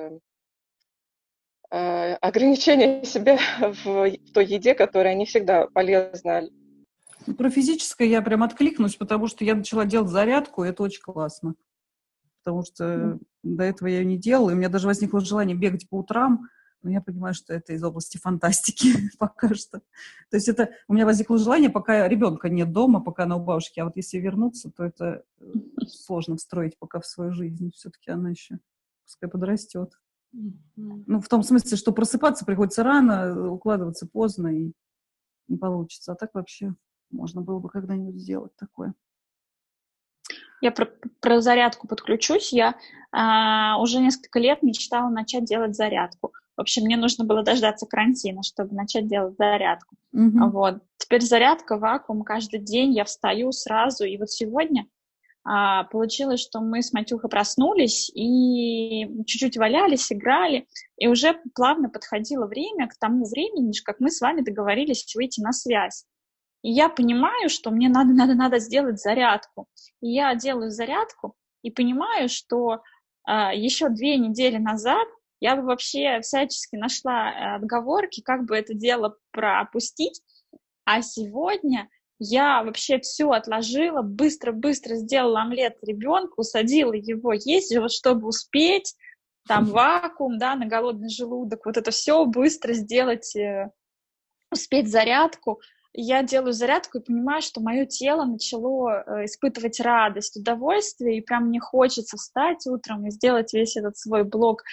ограничение себя в той еде, которая не всегда полезна. Про физическое я прям откликнусь, потому что я начала делать зарядку, и это очень классно. Потому что до этого я ее не делала, и у меня даже возникло желание бегать по утрам, но я понимаю, что это из области фантастики пока что. То есть это у меня возникло желание, пока ребенка нет дома, пока она у бабушки, а вот если вернуться, то это сложно встроить пока в свою жизнь. Все-таки она еще пускай подрастет. Ну, в том смысле, что просыпаться приходится рано, укладываться поздно, и не получится. А так вообще можно было бы когда-нибудь сделать такое. Я про зарядку подключусь. Я уже несколько лет мечтала начать делать зарядку. В общем, мне нужно было дождаться карантина, чтобы начать делать зарядку. Вот. Теперь зарядка, вакуум, каждый день я встаю сразу. И вот сегодня получилось, что мы с Матюхой проснулись и чуть-чуть валялись, играли. И уже плавно подходило время к тому времени, как мы с вами договорились выйти на связь. И я понимаю, что мне надо сделать зарядку. И я делаю зарядку и понимаю, что еще 2 недели назад я бы вообще всячески нашла отговорки, как бы это дело пропустить. А сегодня я вообще все отложила, быстро-быстро сделала омлет ребенку, усадила его есть, вот чтобы успеть, там вакуум, да, на голодный желудок, вот это все быстро сделать, успеть зарядку. Я делаю зарядку и понимаю, что мое тело начало испытывать радость, удовольствие, и прям мне хочется встать утром и сделать весь этот свой блок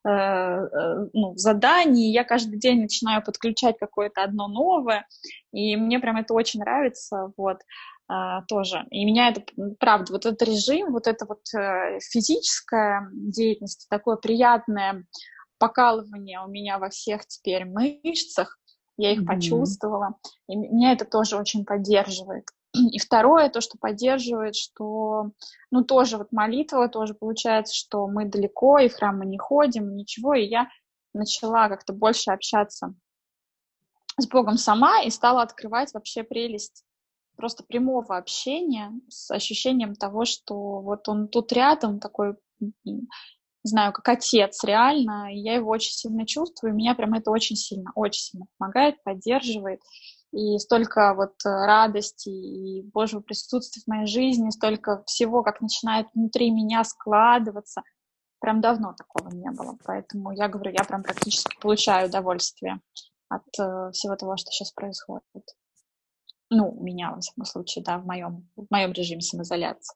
заданий. Я каждый день начинаю подключать какое-то одно новое, и мне прям это очень нравится, вот, тоже. И меня это, правда, вот этот режим, вот эта вот физическая деятельность, такое приятное покалывание у меня во всех теперь мышцах, я их почувствовала, и меня это тоже очень поддерживает. И второе, то, что поддерживает, что, тоже вот молитва, тоже получается, что мы далеко, и в храм мы не ходим, ничего, и я начала как-то больше общаться с Богом сама и стала открывать вообще прелесть просто прямого общения с ощущением того, что вот он тут рядом, такой, не знаю, как отец реально, и я его очень сильно чувствую, и меня прям это очень сильно помогает, поддерживает. И столько вот радости и Божьего присутствия в моей жизни, столько всего, как начинает внутри меня складываться. Прям давно такого не было. Поэтому я говорю, я прям практически получаю удовольствие от всего того, что сейчас происходит. У меня, во всяком случае, да, в моем режиме самоизоляции.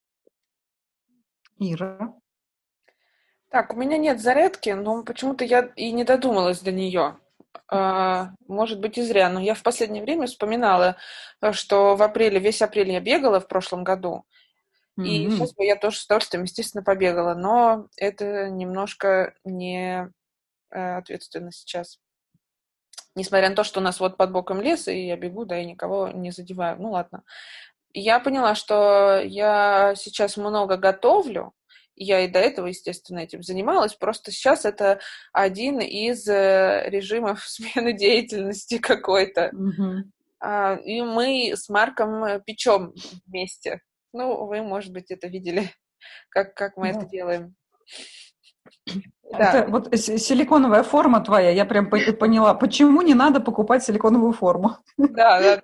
Ира? Так, у меня нет зарядки, но почему-то я и не додумалась до нее. Может быть, и зря, но я в последнее время вспоминала, что весь апрель я бегала в прошлом году, и сейчас бы я тоже с удовольствием, естественно, побегала, но это немножко не ответственно сейчас. Несмотря на то, что у нас вот под боком лес, и я бегу, да, и никого не задеваю. Ну, ладно. Я поняла, что я сейчас много готовлю. Я и до этого, естественно, этим занималась. Просто сейчас это один из режимов смены деятельности какой-то. И мы с Марком печем вместе. Ну, вы, может быть, это видели, как мы это делаем. Это вот силиконовая форма твоя, я прям поняла, почему не надо покупать силиконовую форму. Да.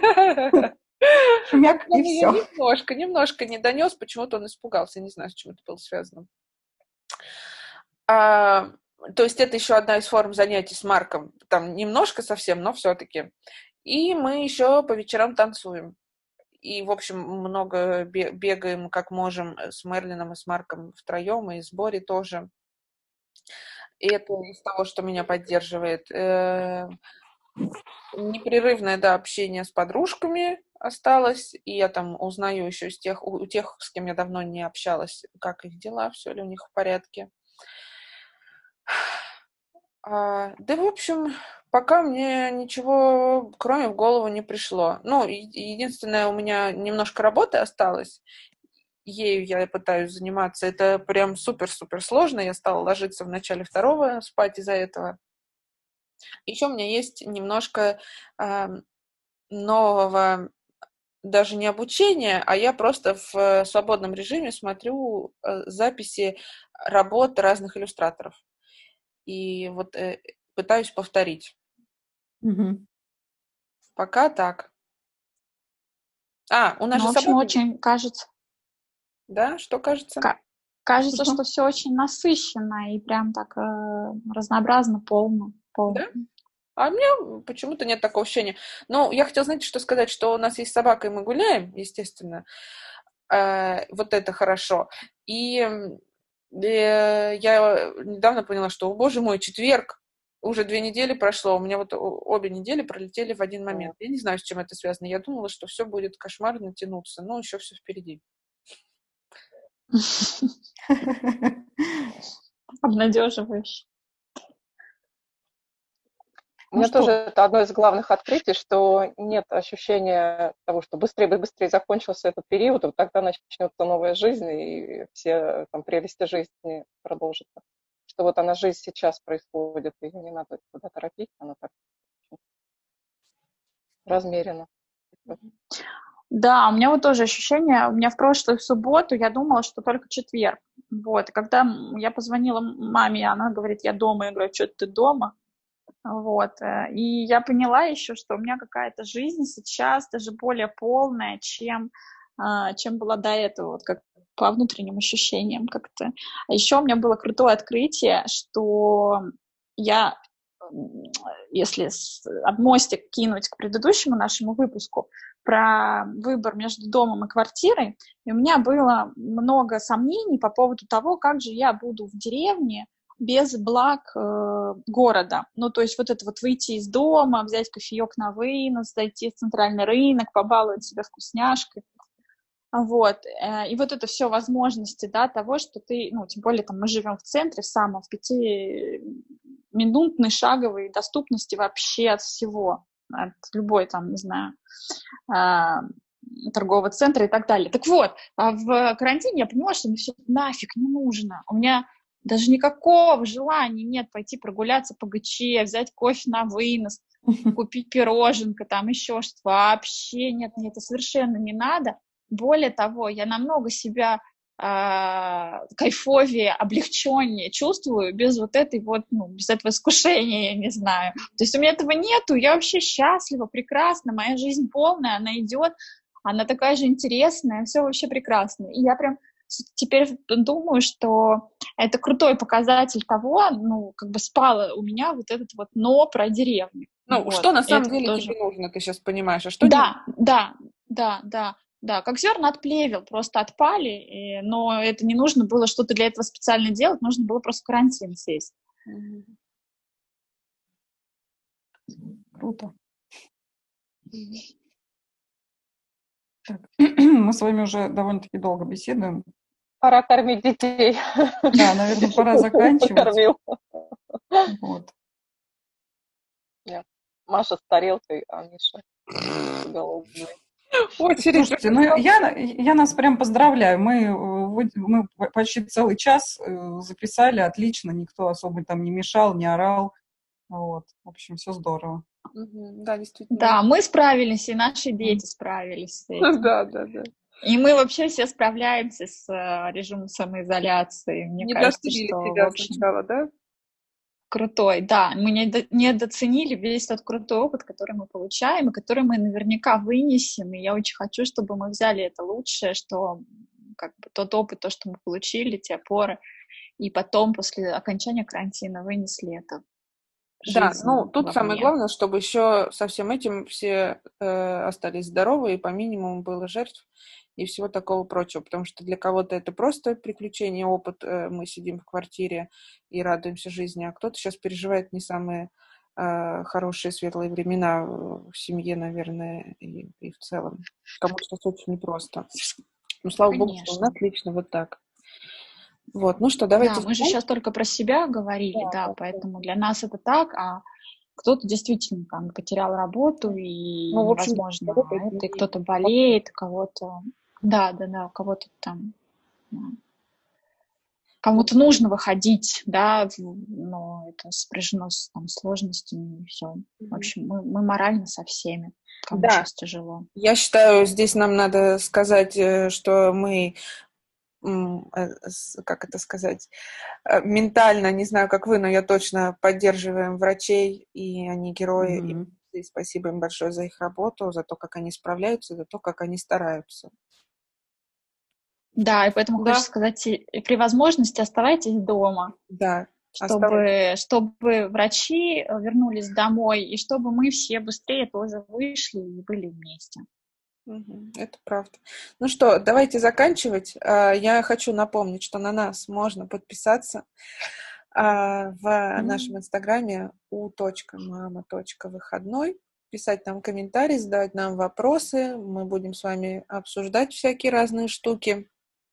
Шумяк, и все. Немножко не донес, почему-то он испугался, не знаю, с чем это было связано. То есть это еще одна из форм занятий с Марком, там немножко совсем, но все-таки. И мы еще по вечерам танцуем. И, в общем, много бегаем, как можем, с Мерлином и с Марком втроем, и с Бори тоже. И это из того, что меня поддерживает. Непрерывное, да, общение с подружками осталось, и я там узнаю еще у тех, с кем я давно не общалась, как их дела, все ли у них в порядке. Да, в общем, пока мне ничего, кроме в голову, не пришло. Ну, единственное, у меня немножко работы осталось, ею я пытаюсь заниматься. Это прям супер-супер сложно. Я стала ложиться в начале 2-го, спать из-за этого. Еще у меня есть немножко нового, даже не обучения, а я просто в свободном режиме смотрю записи работ разных иллюстраторов. И вот пытаюсь повторить. Пока так. У нас же в общем, собака... очень кажется... Да, что кажется? Кажется, что все очень насыщенно и прям так разнообразно, полно. Да? А у меня почему-то нет такого ощущения. Ну, я хотела, знаете, что сказать, что у нас есть собака, и мы гуляем, естественно. Вот это хорошо. И я недавно поняла, что, о, боже мой, четверг, уже 2 недели прошло, у меня вот обе недели пролетели в один момент. Я не знаю, с чем это связано. Я думала, что все будет кошмарно тянуться, но еще все впереди. Обнадеживающе. У меня тоже это одно из главных открытий, что нет ощущения того, что быстрее бы быстрее закончился этот период, и вот тогда начнется новая жизнь, и все там прелести жизни продолжатся. Что вот она, жизнь сейчас происходит, и не надо туда торопить, она так размеренно. Да, у меня вот тоже ощущение, у меня в прошлую субботу я думала, что только четверг. Вот, и когда я позвонила маме, она говорит, я дома, я говорю, что ты дома? Вот, и я поняла еще, что у меня какая-то жизнь сейчас даже более полная, чем была до этого, вот как по внутренним ощущениям как-то. А еще у меня было крутое открытие, что я, если мостик кинуть к предыдущему нашему выпуску про выбор между домом и квартирой, и у меня было много сомнений по поводу того, как же я буду в деревне без благ города. Ну, то есть вот это вот выйти из дома, взять кофеек на вынос, зайти в центральный рынок, побаловать себя вкусняшкой. Вот. И вот это все возможности, да, того, что ты, ну, тем более там мы живем в центре, в 5-минутной шаговой доступности вообще от всего, от любой там, не знаю, торгового центра и так далее. Так вот, в карантине я поняла, что мне все нафиг не нужно. У меня даже никакого желания нет пойти прогуляться по ГЧ, взять кофе на вынос, купить пироженка, там еще что-то. Вообще нет, мне это совершенно не надо. Более того, я намного себя кайфовее, облегченнее чувствую без вот этой вот, ну, без этого искушения, я не знаю. То есть у меня этого нету, я вообще счастлива, прекрасна, моя жизнь полная, она идет, она такая же интересная, все вообще прекрасно. И я прям теперь думаю, что это крутой показатель того, ну, как бы спало у меня вот этот вот «но» про деревню. Ну, вот. Что на самом деле тоже... тебе нужно, ты сейчас понимаешь, а что да, как зерна от плевел, просто отпали, но это не нужно было что-то для этого специально делать, нужно было просто в карантин сесть. Круто. Так. Мы с вами уже довольно-таки долго беседуем. Пора кормить детей. Да, наверное, пора заканчивать. Покормил. Вот. Маша с тарелкой, а Миша голодный. Очередь. Слушайте, ну я нас прям поздравляю. Мы почти целый час записали, отлично, никто особо там не мешал, не орал. Вот. В общем, все здорово. Да, действительно. Да, мы справились, и наши дети справились с этим. Да. И мы вообще все справляемся с режимом самоизоляции. Мне кажется, Недооценили что, себя в общем, сначала, да? крутой. Да, мы недооценили весь тот крутой опыт, который мы получаем, и который мы наверняка вынесем. И я очень хочу, чтобы мы взяли это лучшее, что как бы тот опыт, то, что мы получили, те опоры, и потом, после окончания карантина, вынесли это. Да, Жизнь ну тут вовне. самое главное, чтобы еще со всем этим все остались здоровы, и по минимуму было жертв и всего такого прочего, потому что для кого-то это просто приключение, опыт, мы сидим в квартире и радуемся жизни, а кто-то сейчас переживает не самые хорошие, светлые времена в семье, наверное, и в целом. Кому-то сейчас очень непросто. Ну, слава богу, что у нас лично вот так. Вот, ну что, давайте... Да, мы же сейчас только про себя говорили, да, поэтому для нас это так, а кто-то действительно там потерял работу, и Ну, в общем, невозможно это, и кто-то болеет, кого-то... Да, у кого-то там... Кому-то нужно выходить, да, но это сопряжено с там, сложностями и все. В общем, мы морально со всеми, кому сейчас тяжело. Я считаю, здесь нам надо сказать, что мы, как это сказать, ментально, не знаю, как вы, но я точно поддерживаем врачей, и они герои. И спасибо им большое за их работу, за то, как они справляются, за то, как они стараются. Да, и поэтому хочется сказать, при возможности оставайтесь дома. Да. Чтобы врачи вернулись домой, и чтобы мы все быстрее тоже вышли и были вместе. Это правда. Ну что, давайте заканчивать. Я хочу напомнить, что на нас можно подписаться в нашем инстаграме u.mama.выходной, писать нам комментарии, задавать нам вопросы. Мы будем с вами обсуждать всякие разные штуки.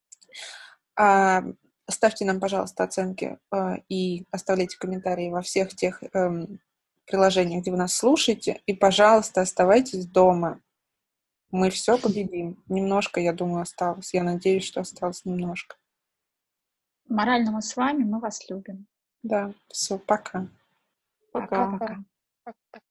Ставьте нам, пожалуйста, оценки и оставляйте комментарии во всех тех приложениях, где вы нас слушаете. И, пожалуйста, оставайтесь дома. Мы все победим. Немножко, я думаю, осталось. Я надеюсь, что осталось немножко. Морально мы с вами, мы вас любим. Да, все, пока. Пока. Пока-пока.